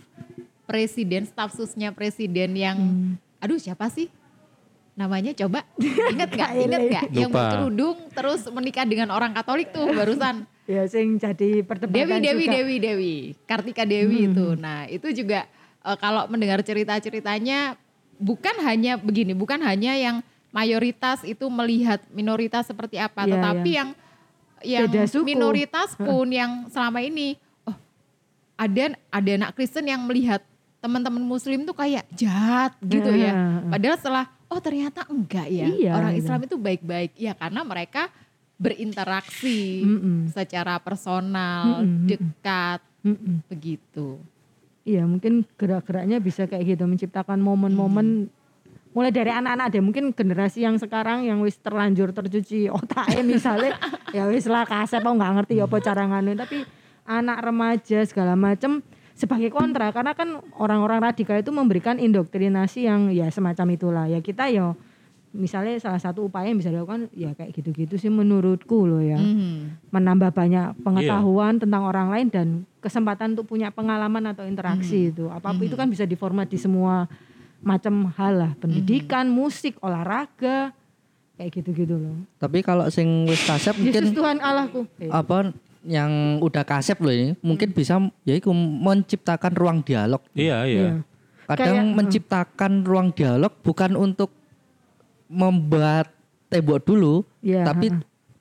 susnya presiden yang aduh siapa sih? Namanya coba ingat gak? Yang berkerudung terus menikah dengan orang Katolik tuh barusan. Ya sing jadi perdebatan Dewi Kartika Dewi itu. Nah itu juga kalau mendengar cerita-ceritanya bukan hanya yang mayoritas itu melihat minoritas seperti apa, tetapi yang minoritas pun yang selama ini ada anak Kristen yang melihat teman-teman Muslim tuh kayak jahat gitu ya. Padahal setelah ternyata enggak ya. Orang Islam itu baik-baik. Ya karena mereka berinteraksi secara personal, dekat, begitu. Iya mungkin gerak-geraknya bisa kayak gitu, menciptakan momen-momen mulai dari anak-anak deh, mungkin generasi yang sekarang yang wis terlanjur tercuci otaknya misalnya ya wis lah kasep aku nggak ngerti apa cara nganu, tapi anak remaja segala macam sebagai kontra karena kan orang-orang radikal itu memberikan indoktrinasi yang ya semacam itulah ya. Kita ya misalnya salah satu upaya yang bisa dilakukan ya kayak gitu-gitu sih menurutku loh ya. Menambah banyak pengetahuan tentang orang lain dan kesempatan untuk punya pengalaman atau interaksi itu. Apapun itu kan bisa diformat di semua macam hal lah, pendidikan, musik, olahraga, kayak gitu-gitu loh. Tapi kalau sing wis kasep mungkin Yesus Tuhan Allahku. Apa yang udah kasep loh ini mungkin bisa yaitu menciptakan ruang dialog. Iya. Kadang menciptakan ruang dialog bukan untuk membuat tembok dulu, tapi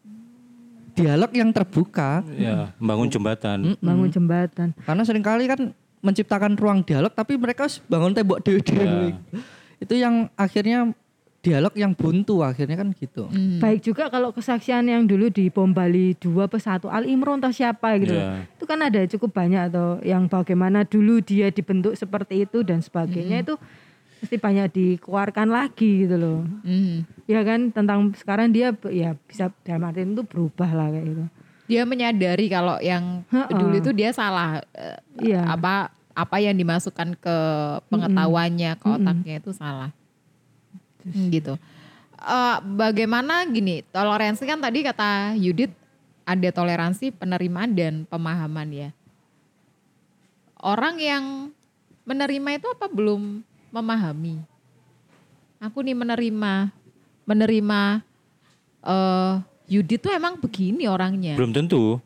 dialog yang terbuka. Ya, membangun jembatan. Bangun jembatan. Karena seringkali kan menciptakan ruang dialog tapi mereka bangun tembok dewe-dewe. Itu yang akhirnya dialog yang buntu akhirnya kan gitu. Baik juga kalau kesaksian yang dulu di Bom Bali 2 + 1 Al Imron atau siapa gitu. Itu kan ada cukup banyak atau yang bagaimana dulu dia dibentuk seperti itu dan sebagainya itu mesti banyak dikeluarkan lagi gitu loh. Ya kan tentang sekarang dia ya bisa dalam artian itu berubah lah kayak gitu. Dia menyadari kalau yang dulu itu dia salah apa yang dimasukkan ke pengetahuannya, ke otaknya itu salah. Gitu. Bagaimana gini, toleransi kan tadi kata Yudit ada toleransi, penerimaan dan pemahaman ya. Orang yang menerima itu apa belum memahami? Aku nih menerima Yudit tuh emang begini orangnya. Belum tentu.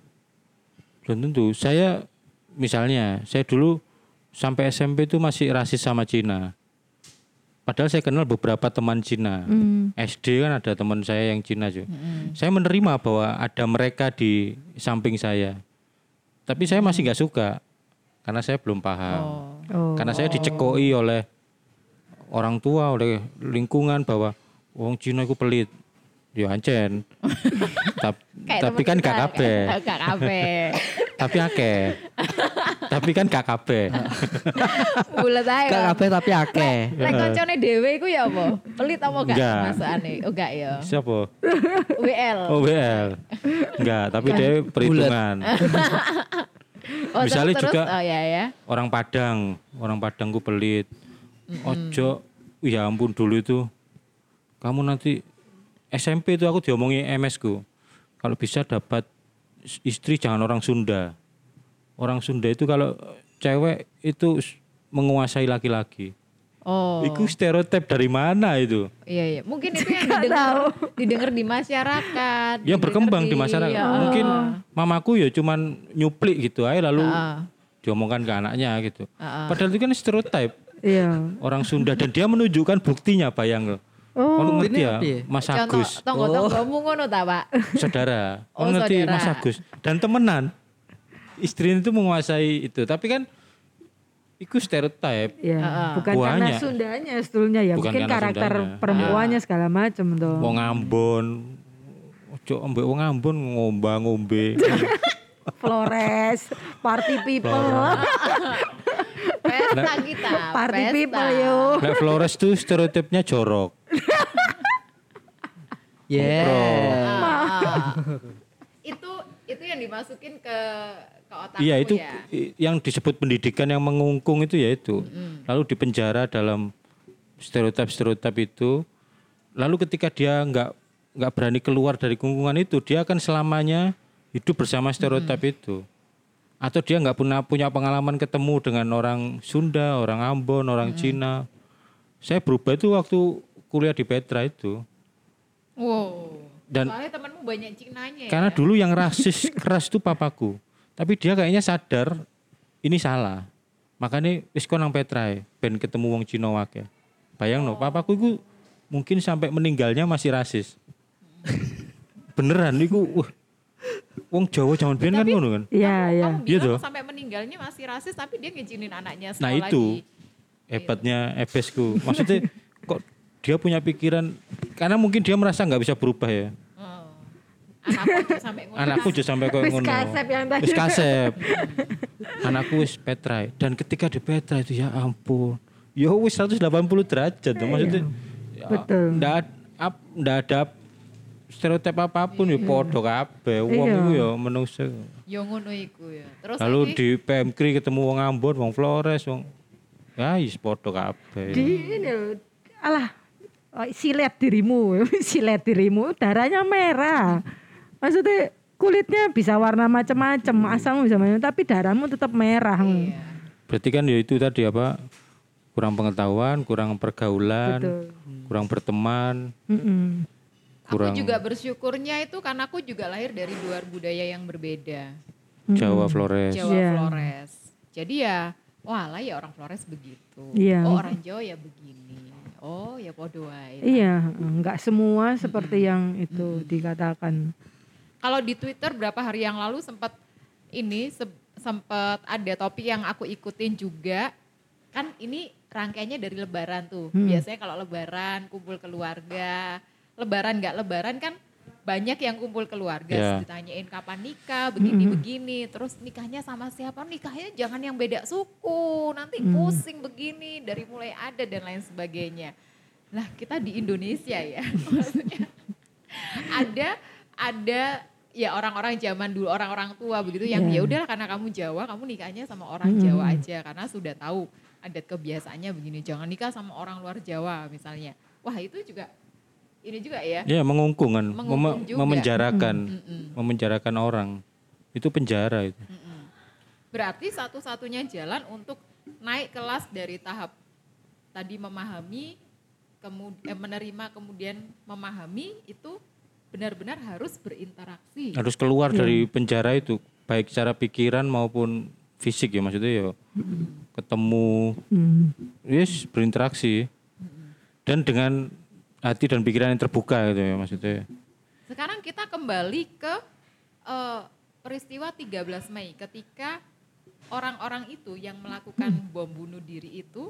Saya dulu sampai SMP itu masih rasis sama Cina. Padahal saya kenal beberapa teman Cina. SD kan ada teman saya yang Cina juga. Saya menerima bahwa ada mereka di samping saya. Tapi saya masih nggak suka karena saya belum paham. Karena saya dicekoi oleh orang tua, oleh lingkungan bahwa wong Cina itu pelit. Ya ancen. Tapi kan gak kabeh. Tapi akeh. Tapi kan gak kabeh. Bulet ae. Gak kabeh tapi akeh. Lek koncone dhewe iku ya apa? Pelit apa gak Enggak. masakane? Oh gak ya. Siapa? WL. Oh WL. Enggak, tapi dia perhitungan. Misalnya terus, juga ya. orang Padang ku pelit. Ojo, ya ampun dulu itu. Kamu nanti SMP itu aku diomongi MS ku. Kalau bisa dapat istri jangan orang Sunda. Orang Sunda itu kalau cewek itu menguasai laki-laki. Oh. Itu stereotip dari mana itu? Iya. Mungkin itu yang didengar di masyarakat. Yang berkembang di masyarakat. Ya. Mungkin mamaku ya cuman nyuplik gitu aja lalu diomongkan ke anaknya gitu. Padahal itu kan stereotip. Iya. Orang Sunda dan dia menunjukkan buktinya, bayang loh. Kamu ngerti ya, Mas Agus. Tonggo-tonggomu ngono ta, Pak? Saudara. Oh, Kamu ngerti saudara. Mas Agus. Dan temenan. Istrinya itu menguasai itu. Tapi kan itu stereotip. Ya, bukan karena Buahnya. Sundanya sebetulnya ya, Bukan mungkin karena karakter Sundanya. perempuannya segala macam tuh. Wong Ambon. Ojo ambek wong Ambon ngombe. Flores, party people. Pesta kita. Party pesta. people yo. Lek Flores tuh stereotipnya jorok. Itu yang dimasukin ke otakku Iya itu ya. yang disebut pendidikan yang mengungkung itu ya itu. Lalu dipenjara dalam stereotip itu. Lalu ketika dia nggak berani keluar dari kungkungan itu, dia akan selamanya hidup bersama stereotip itu. Atau dia nggak punya pengalaman ketemu dengan orang Sunda, orang Ambon, orang Cina. Saya berubah itu waktu kuliah di Petra itu. Wow. Dan soalnya temanmu banyak Cinanya ya. karena dulu yang rasis keras itu papaku. Tapi dia kayaknya sadar ini salah. Makanya wis kon nang Petra ben ketemu wong Cina wae. Bayang no, papaku itu mungkin sampai meninggalnya masih rasis. Beneran iku wong Jawa zaman biyen kan ngono kan. Iya, iya. Kamu Iya bilang toh. sampai meninggalnya masih rasis tapi dia ngizinin anaknya Nah sekolah itu di hebatnya Ebesku. Maksudnya kok dia punya pikiran karena mungkin dia merasa nggak bisa berubah ya. anakku aja sampai ngono. Anakku aja sampai kayak Wis ngono. kasep yang tadi. Wis kasep. Anakku wis Petra. Dan ketika di Petra itu ya ampun. Ya wis 180 derajat tuh maksudnya. Ya, Betul. Ndak ada stereotip apapun ya podo kabeh. Wong Iya. iku ya menungso. Yo ngono iku ya. Terus Lalu saiki di PMKRI ketemu wong Ambon, wong Flores, wong ya is podo kabeh. Di ini loh, alah silet dirimu, silet dirimu, darahnya merah. Maksudnya kulitnya bisa warna macam-macam, asal bisa macam, tapi darahmu tetap merah. Berarti kan ya itu tadi apa? Kurang pengetahuan, kurang pergaulan, Betul. kurang berteman, Mm-mm. kurang aku juga bersyukurnya itu karena aku juga lahir dari dua budaya yang berbeda. Jawa Flores. Jawa Iya. Flores. Jadi ya, walah ya orang Flores begitu. Iya. Oh orang Jawa ya begini. Oh ya podo wae. Iya, enggak semua seperti yang itu dikatakan. Kalau di Twitter berapa hari yang lalu sempat sempat ada topik yang aku ikutin juga. Kan ini rangkaiannya dari Lebaran tuh. Biasanya kalau Lebaran kumpul keluarga, Lebaran nggak Lebaran kan banyak yang kumpul keluarga. Yeah. Ditanyain kapan nikah, begini-begini. Terus nikahnya sama siapa? Nikahnya jangan yang beda suku, nanti pusing begini. Dari mulai ada dan lain sebagainya. Lah kita di Indonesia ya. Maksudnya ada ya orang-orang zaman dulu, orang-orang tua begitu yang ya udahlah karena kamu Jawa, kamu nikahnya sama orang Jawa aja karena sudah tahu adat kebiasaannya begini. Jangan nikah sama orang luar Jawa misalnya. Wah, itu juga ini juga ya. Ya, mengungkung kan, Mengungkung juga. memenjarakan orang. Itu penjara itu. Berarti satu-satunya jalan untuk naik kelas dari tahap tadi memahami, kemudian menerima, kemudian memahami itu benar-benar harus berinteraksi. Harus keluar dari penjara itu, baik secara pikiran maupun fisik ya maksudnya ya. Ketemu, yes, berinteraksi. Dan dengan hati dan pikiran yang terbuka gitu ya maksudnya. Sekarang kita kembali ke peristiwa 13 Mei ketika orang-orang itu yang melakukan bom bunuh diri itu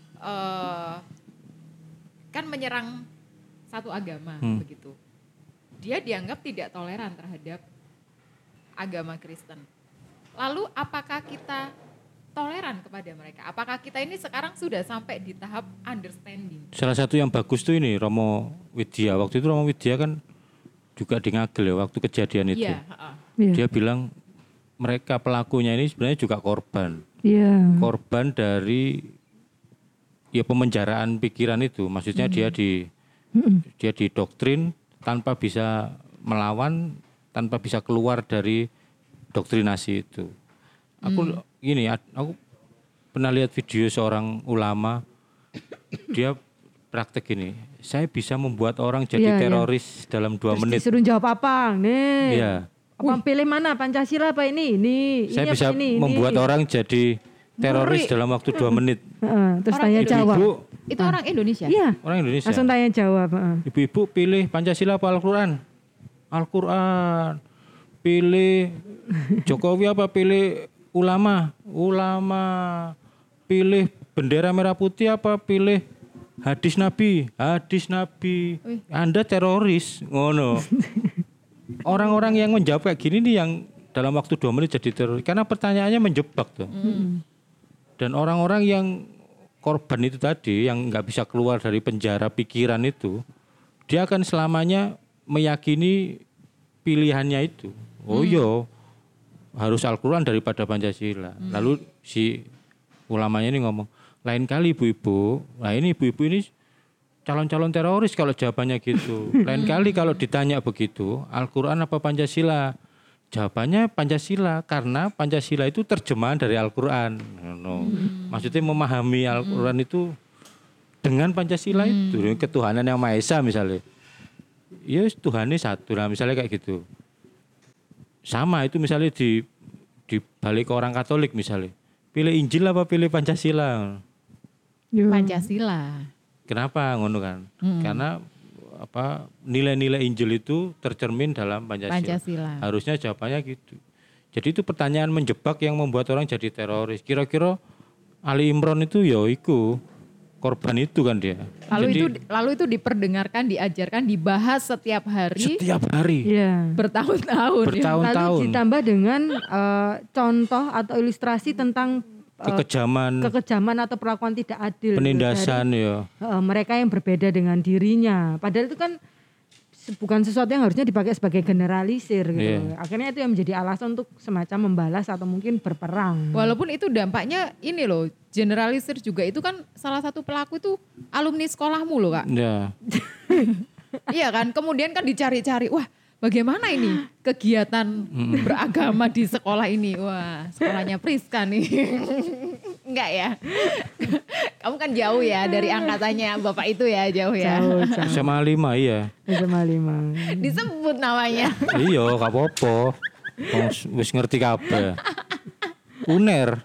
kan menyerang satu agama begitu. Dia dianggap tidak toleran terhadap agama Kristen. Lalu apakah kita toleran kepada mereka? Apakah kita ini sekarang sudah sampai di tahap understanding? Salah satu yang bagus tuh ini Romo Widya. Waktu itu Romo Widya kan juga di Ngagel ya waktu kejadian itu. Iya. Dia bilang mereka pelakunya ini sebenarnya juga korban. Iya. Korban dari ya pemenjaraan pikiran itu. Maksudnya dia didoktrin tanpa bisa melawan, tanpa bisa keluar dari doktrinasi itu. Aku pernah lihat video seorang ulama, dia praktek ini. Saya bisa membuat orang jadi teroris dalam 2 Terus menit. disuruh jawab apa? Nih. Iya. Apa pilih mana? Pancasila apa ini? Saya Ini bisa apa ini? membuat orang jadi teroris Ngeri. dalam waktu 2 menit. Terus Orang tanya jawab. Ibu, Itu orang Indonesia? Iya. orang Indonesia. Langsung tanya jawab. Ibu-ibu pilih Pancasila apa Al-Quran? Al-Quran. Pilih Jokowi apa pilih ulama? Ulama. Pilih bendera merah putih apa pilih hadis Nabi? Hadis Nabi. Anda teroris. Ngono. Orang-orang yang menjawab kayak gini nih yang dalam waktu 2 menit jadi teroris. Karena pertanyaannya menjebak tuh. Dan orang-orang yang korban itu tadi yang nggak bisa keluar dari penjara pikiran itu, dia akan selamanya meyakini pilihannya itu. Oh iya, harus Al-Quran daripada Pancasila. Lalu si ulamanya ini ngomong, lain kali ibu-ibu, nah ini ibu-ibu ini calon-calon teroris kalau jawabannya gitu. Lain kali kalau ditanya begitu, Al-Quran apa Pancasila? Jawabannya Pancasila, karena Pancasila itu terjemahan dari Al-Quran. Maksudnya memahami Al-Quran itu dengan Pancasila itu, dengan ketuhanan yang Maha Esa misalnya. Ya Tuhannya satu, nah misalnya kayak gitu. Sama itu misalnya di balik ke orang Katolik misalnya. Pilih Injil apa pilih Pancasila? Pancasila. Kenapa ngono kan? Karena nilai-nilai Injil itu tercermin dalam Pancasila. Harusnya jawabannya gitu. Jadi itu pertanyaan menjebak yang membuat orang jadi teroris. Kira-kira Ali Imran itu ya iku korban itu kan dia. Lalu itu diperdengarkan, diajarkan, dibahas setiap hari. Setiap hari. Iya. Bertahun-tahun. Bertahun-tahun. Lalu ditambah dengan contoh atau ilustrasi tentang kekejaman atau perlakuan tidak adil. Penindasan dari, ya. Mereka yang berbeda dengan dirinya. Padahal itu kan bukan sesuatu yang harusnya dipakai sebagai generalisir gitu. Yeah. Akhirnya itu yang menjadi alasan untuk semacam membalas atau mungkin berperang. Walaupun itu dampaknya ini loh, generalisir juga itu kan salah satu pelaku itu alumni sekolahmu loh Kak. Ya. Iya kan, kemudian kan dicari-cari, wah bagaimana ini kegiatan beragama di sekolah ini? Wah sekolahnya Priska nih. Enggak ya? Kamu kan jauh ya dari angkatannya Bapak itu ya, jauh ya. Jauh. SMA 5 iya. SMA 5. Disebut namanya. Iya, gak apa-apa. Wis ngerti kabeh. UNER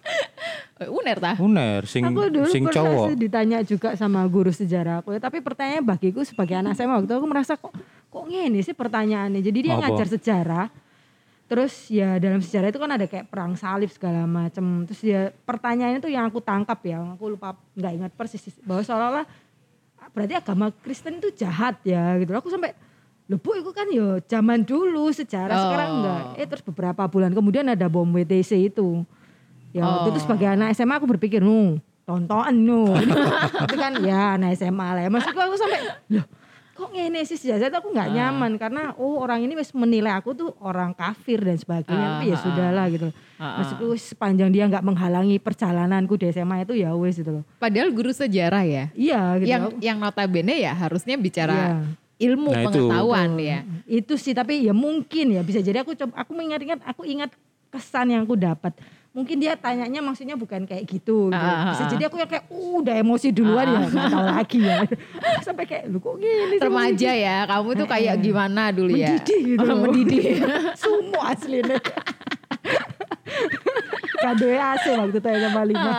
sing Aku dulu sing pernah cowok. ditanya juga sama guru sejarah aku, tapi pertanyaannya bagiku sebagai anak SMA waktu aku merasa kok ngene sih pertanyaannya. Jadi dia Apa? ngajar sejarah. Terus ya dalam sejarah itu kan ada kayak perang salib segala macam. Terus ya pertanyaannya tuh yang aku tangkap ya, aku lupa nggak ingat persis bahwa seolah-olah berarti agama Kristen itu jahat ya gitu. Aku sampai loh Bu, itu kan ya zaman dulu sejarah, sekarang enggak. Terus beberapa bulan kemudian ada bom WTC itu. Ya waktu itu sebagai anak SMA aku berpikir, tontonan itu kan ya anak SMA lah. Maksudku aku sampai, loh kok ngene sih sejak itu aku nggak nyaman karena orang ini wis menilai aku tuh orang kafir dan sebagainya. Tapi ya sudahlah gitu loh. Maksudku sepanjang dia nggak menghalangi perjalananku di SMA itu ya wis gitu loh. Padahal guru sejarah ya. Iya gitu. Yang notabene ya harusnya bicara Iya. ilmu pengetahuan ya. Itu sih tapi ya mungkin ya bisa jadi aku ingat kesan yang aku dapat. Mungkin dia tanyanya maksudnya bukan kayak gitu. Bisa jadi aku yang kayak udah emosi duluan ya nggak tahu lagi ya. Sampai kayak lu kok gini sih, Remaja ya, kamu tuh kayak gimana dulu ya? mendidih gitu. Mendidih. Semua aslinya. Kado AC waktu itu sama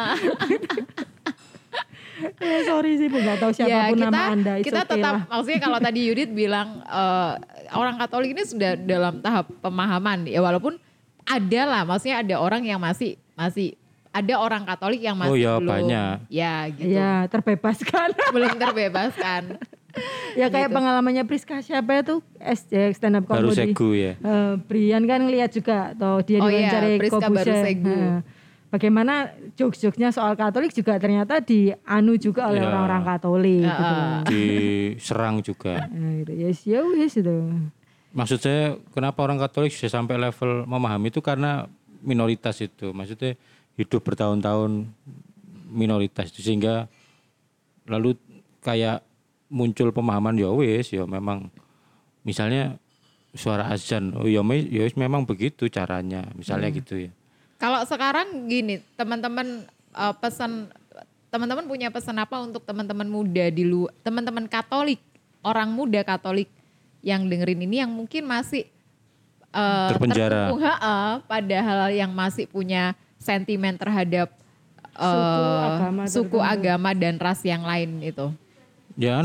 5. Sorry sih Bu, nggak tahu siapapun nama Anda. Kita tetap, maksudnya kalau tadi Yudit bilang orang Katolik ini sudah dalam tahap pemahaman ya, walaupun ada lah, maksudnya ada orang yang masih ada orang Katolik yang masih belum banyak. Ya gitu. Ya terbebaskan. Belum terbebaskan. Ya kayak pengalamannya Priska siapa itu stand up Baru comedy. Segu ya. Brian kan ngeliat juga atau dia diwawancari Priska Kobusya. Baru Segu. Bagaimana jokes-jokesnya soal Katolik juga ternyata dianu juga oleh orang-orang Katolik gitu. Diserang juga. Gitu. Ya wis itu. Maksud saya kenapa orang Katolik bisa sampai level memahami itu karena minoritas itu. Maksudnya hidup bertahun-tahun minoritas itu sehingga lalu kayak muncul pemahaman ya wis ya memang misalnya suara azan ya memang begitu caranya misalnya gitu ya. Kalau sekarang gini, teman-teman teman-teman punya pesan apa untuk teman-teman muda di luar, teman-teman Katolik, orang muda Katolik yang dengerin ini yang mungkin masih terpenjara pada hal yang masih punya sentimen terhadap suku, agama dan ras yang lain itu. Ya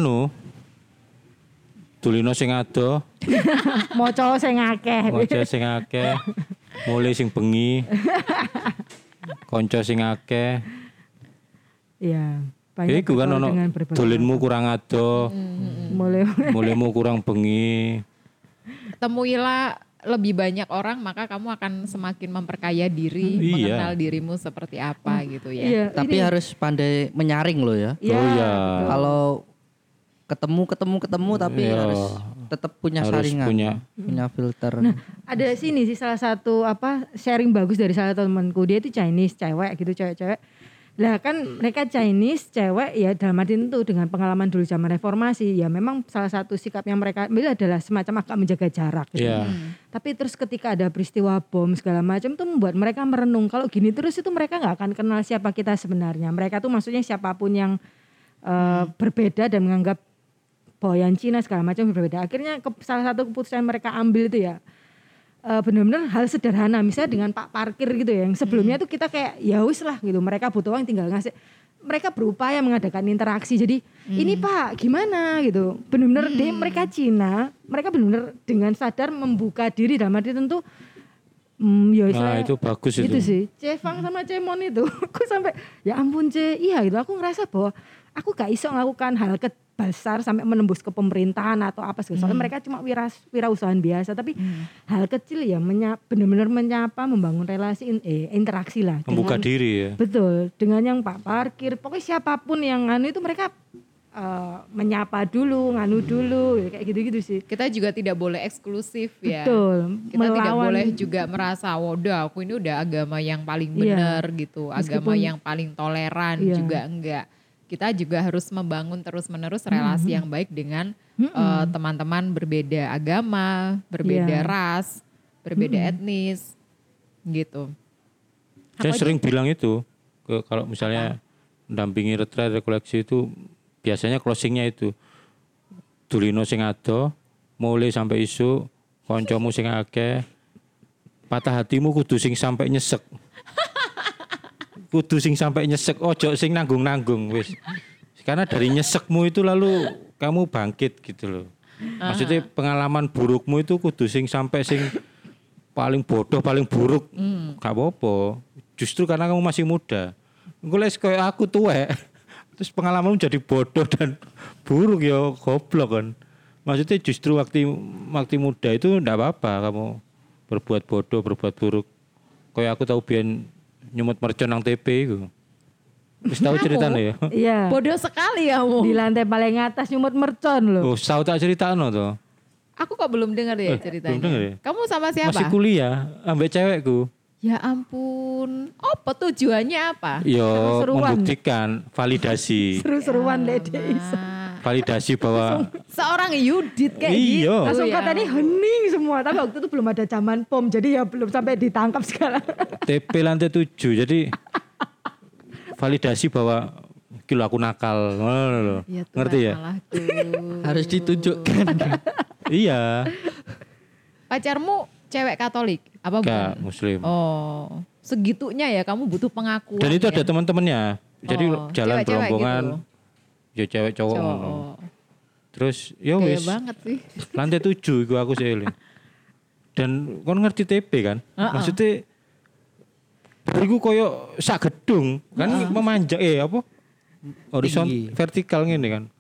tulino sing ado, Moco sing akeh. mulai sing bengi, konco sing akeh. Iya, banyak iku kan ono dolinmu kurang ado, mulaimu kurang bengi. Temuilah lebih banyak orang maka kamu akan semakin memperkaya diri, mengenal dirimu seperti apa gitu ya. Iya, Tapi harus pandai menyaring loh ya. Iya. Kalau ketemu tapi harus tetap punya saringan, punya filter. Nah, ada sini sih salah satu sharing bagus dari salah satu temanku, dia itu Chinese, cewek gitu, cewek-cewek. Lah kan mereka Chinese, cewek ya dalam arti itu dengan pengalaman dulu zaman reformasi, ya memang salah satu sikap yang mereka ambil adalah semacam agak menjaga jarak gitu. Tapi terus ketika ada peristiwa bom segala macam tuh membuat mereka merenung, kalau gini terus itu mereka nggak akan kenal siapa kita sebenarnya. Mereka tuh maksudnya siapapun yang berbeda dan menganggap boyan Cina segala macam berbeda. Akhirnya salah satu keputusan mereka ambil itu ya benar-benar hal sederhana, misalnya dengan Pak Parkir gitu ya, yang sebelumnya tuh kita kayak ya wis lah gitu, mereka butuh uang tinggal ngasih. Mereka berupaya mengadakan interaksi, jadi ini Pak gimana gitu, benar-benar mereka Cina, mereka benar-benar dengan sadar membuka diri dalam arti tentu nah itu bagus itu sih. Cefang sama Cemon itu aku sampai ya ampun iya gitu, aku ngerasa bahwa aku gak iso melakukan hal besar sampai menembus ke pemerintahan atau apa segala. Soalnya mereka cuma wirausahaan biasa, tapi hal kecil ya benar-benar menyapa, membangun relasi, interaksi lah. Membuka diri ya. Betul, dengan yang Pak Parkir, pokoknya siapapun yang nganu itu mereka menyapa dulu, nganu dulu, kayak gitu-gitu sih. Kita juga tidak boleh eksklusif ya. Betul. Kita tidak boleh juga merasa waduh aku ini udah agama yang paling benar gitu, agama yang paling toleran juga enggak. Kita juga harus membangun terus-menerus relasi yang baik dengan teman-teman berbeda agama, berbeda ras, berbeda etnis, gitu. Saya sering bilang itu, kalau misalnya mendampingi retret rekoleksi itu, biasanya closingnya itu, dulino sing ado, mulai sampai isu, koncomu sing akeh, patah hatimu kudu sing sampai nyesek. Kudu sing sampai nyesek, ojo sing nanggung-nanggung wis. Karena dari nyesekmu itu lalu kamu bangkit gitu loh. Maksudnya pengalaman burukmu itu kudu sing sampai sing paling bodoh, paling buruk. Gak apa-apa. Justru karena kamu masih muda. Engko les koyo aku tuwek. Terus pengalamanmu jadi bodoh dan buruk ya goblok kan. Maksudnya justru waktu muda itu enggak apa-apa kamu berbuat bodoh, berbuat buruk. Kayak aku tahu biyen nyumut mercon nang TP iku. Wis tahu ceritanya ya. Iya. Bodoh sekali kamu. Di lantai paling atas nyumut mercon loh. Oh, tahu tak ceritano to. Aku kok belum dengar ya ceritanya. belum dengar ya? Kamu sama siapa? Masih kuliah ambek cewekku. Ya ampun. Apa tujuannya apa? Yo Seru-seruan. membuktikan validasi. Seru-seruan Dede Isa. Validasi bahwa Seorang Yudit kayak Iya. gitu. Langsung ya. katanya hening semua. Tapi waktu itu belum ada zaman POM. Jadi ya belum sampai ditangkap sekarang. TP lantai 7. Jadi validasi bahwa kilo aku nakal. Ya, Tuhan, Ngerti ya? salahku. Harus ditunjukkan. Iya. Pacarmu cewek Katolik apa Enggak, bukan? muslim. Oh, segitunya ya kamu butuh pengakuan. Dan itu ya? ada teman-temannya. Jadi Oh, jalan cewek-cewek berombongan. gitu. Ya cewek cowok. Cowok. ngono. Terus ya Gaya wis. banget sih. Lantai 7 iku aku seiling. Dan kon ngerti TP kan? Maksudnya bariku koyo sak gedung kan memanjang apa? Horizon Tinggi. vertikal ngene kan.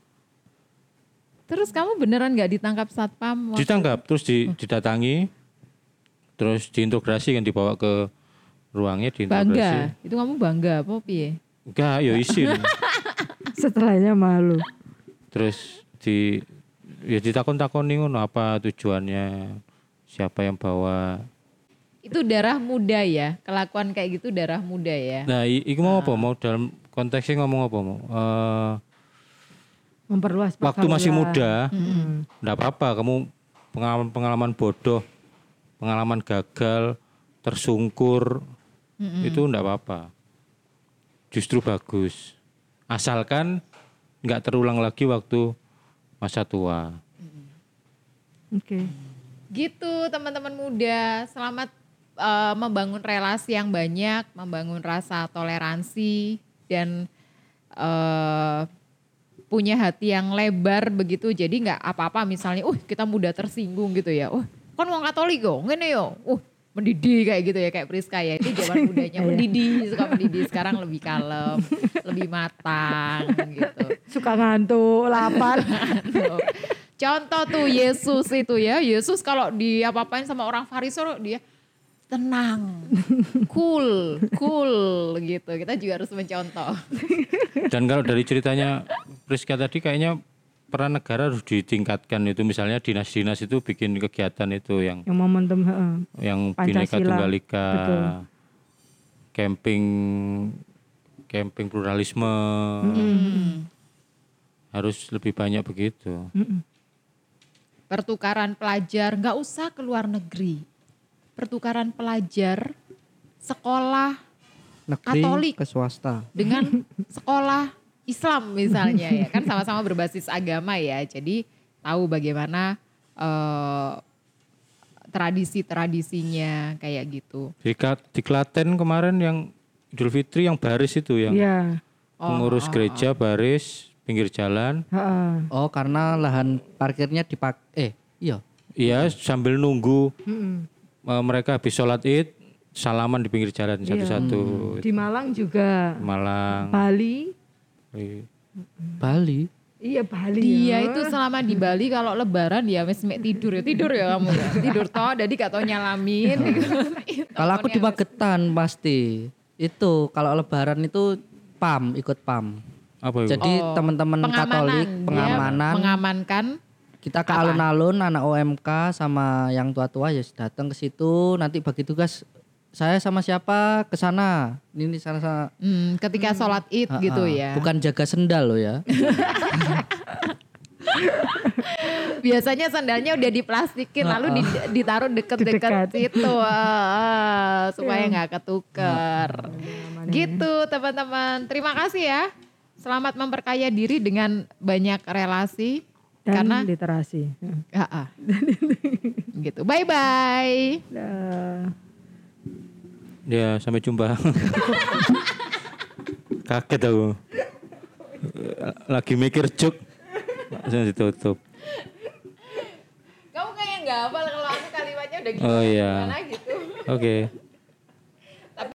Terus kamu beneran nggak ditangkap satpam? Ditangkap terus didatangi. Terus diintegrasi kan dibawa ke ruangnya diintegrasi. Bangga. Itu kamu bangga apa piye? Enggak, ya izin. Setelahnya malu. Terus ditakon-takoni ngono apa tujuannya, siapa yang bawa. Itu darah muda ya. Kelakuan kayak gitu darah muda ya. Nah, iku mau apa? Mau dalam konteksnya ngomong apa mau? Memperluas Waktu masih vocabulary. muda, enggak apa-apa kamu pengalaman bodoh, pengalaman gagal, tersungkur, itu enggak apa-apa. Justru bagus. Asalkan enggak terulang lagi waktu masa tua. Oke. Gitu teman-teman muda. Selamat membangun relasi yang banyak, membangun rasa toleransi dan punya hati yang lebar begitu. Jadi nggak apa-apa misalnya, kita muda tersinggung gitu ya. Kan wong Katolik kok, ngene yo. Mendidih kayak gitu ya, kayak Priska ya. Itu zaman mudanya mendidih, suka mendidih. Sekarang lebih kalem, lebih matang gitu. Suka ngantuk, lapar. Contoh tuh Yesus itu ya. Yesus kalau diapa-apain sama orang Fariseo dia tenang, cool gitu. Kita juga harus mencontoh. Dan kalau dari ceritanya Priska tadi kayaknya peran negara harus ditingkatkan itu, misalnya dinas-dinas itu bikin kegiatan itu yang momentum yang Bhinneka Pancasila. Tunggal Ika, Betul. camping pluralisme, harus lebih banyak begitu. Pertukaran pelajar, nggak usah ke luar negeri. Pertukaran pelajar sekolah Negeri Katolik ke swasta. dengan sekolah Islam misalnya ya, kan sama-sama berbasis agama ya. Jadi tahu bagaimana tradisi-tradisinya kayak gitu. Di Klaten kemarin yang Idul Fitri yang baris itu yang Iya. pengurus gereja baris pinggir jalan. Oh, karena lahan parkirnya iya. Iya, sambil nunggu mereka habis sholat Id, salaman di pinggir jalan satu-satu. Di Malang juga. Malang. Bali. Bali. Iya Bali. Dia ya. itu selama di Bali kalau lebaran dia wis mek tidur ya kamu ya. Tidur toh jadi gak tau nyalamin. Kalau aku di Magetan pasti. Itu kalau lebaran itu ikut PAM. Apa itu? Jadi teman-teman Katolik Dia pengamanan. mengamankan Kita ke Apa? alun-alun anak OMK sama yang tua-tua ya datang ke situ, nanti bagi tugas saya sama siapa ke sana. Ini sana. ketika sholat Id gitu ya. Bukan jaga sendal loh ya. Biasanya sandalnya udah diplastikin lalu ditaruh deket-deket Dekat. situ supaya nggak ketuker. Gitu teman-teman. Terima kasih ya. Selamat memperkaya diri dengan banyak relasi Dan karena literasi. gitu. Bye bye. Dah. Ya, sampai jumpa. Kaget aku. Lagi mikir juk. Langsung ditutup. Kamu kayak nggak hafal kalau aku kalimatnya udah Oh iya. gimana gitu. Oke.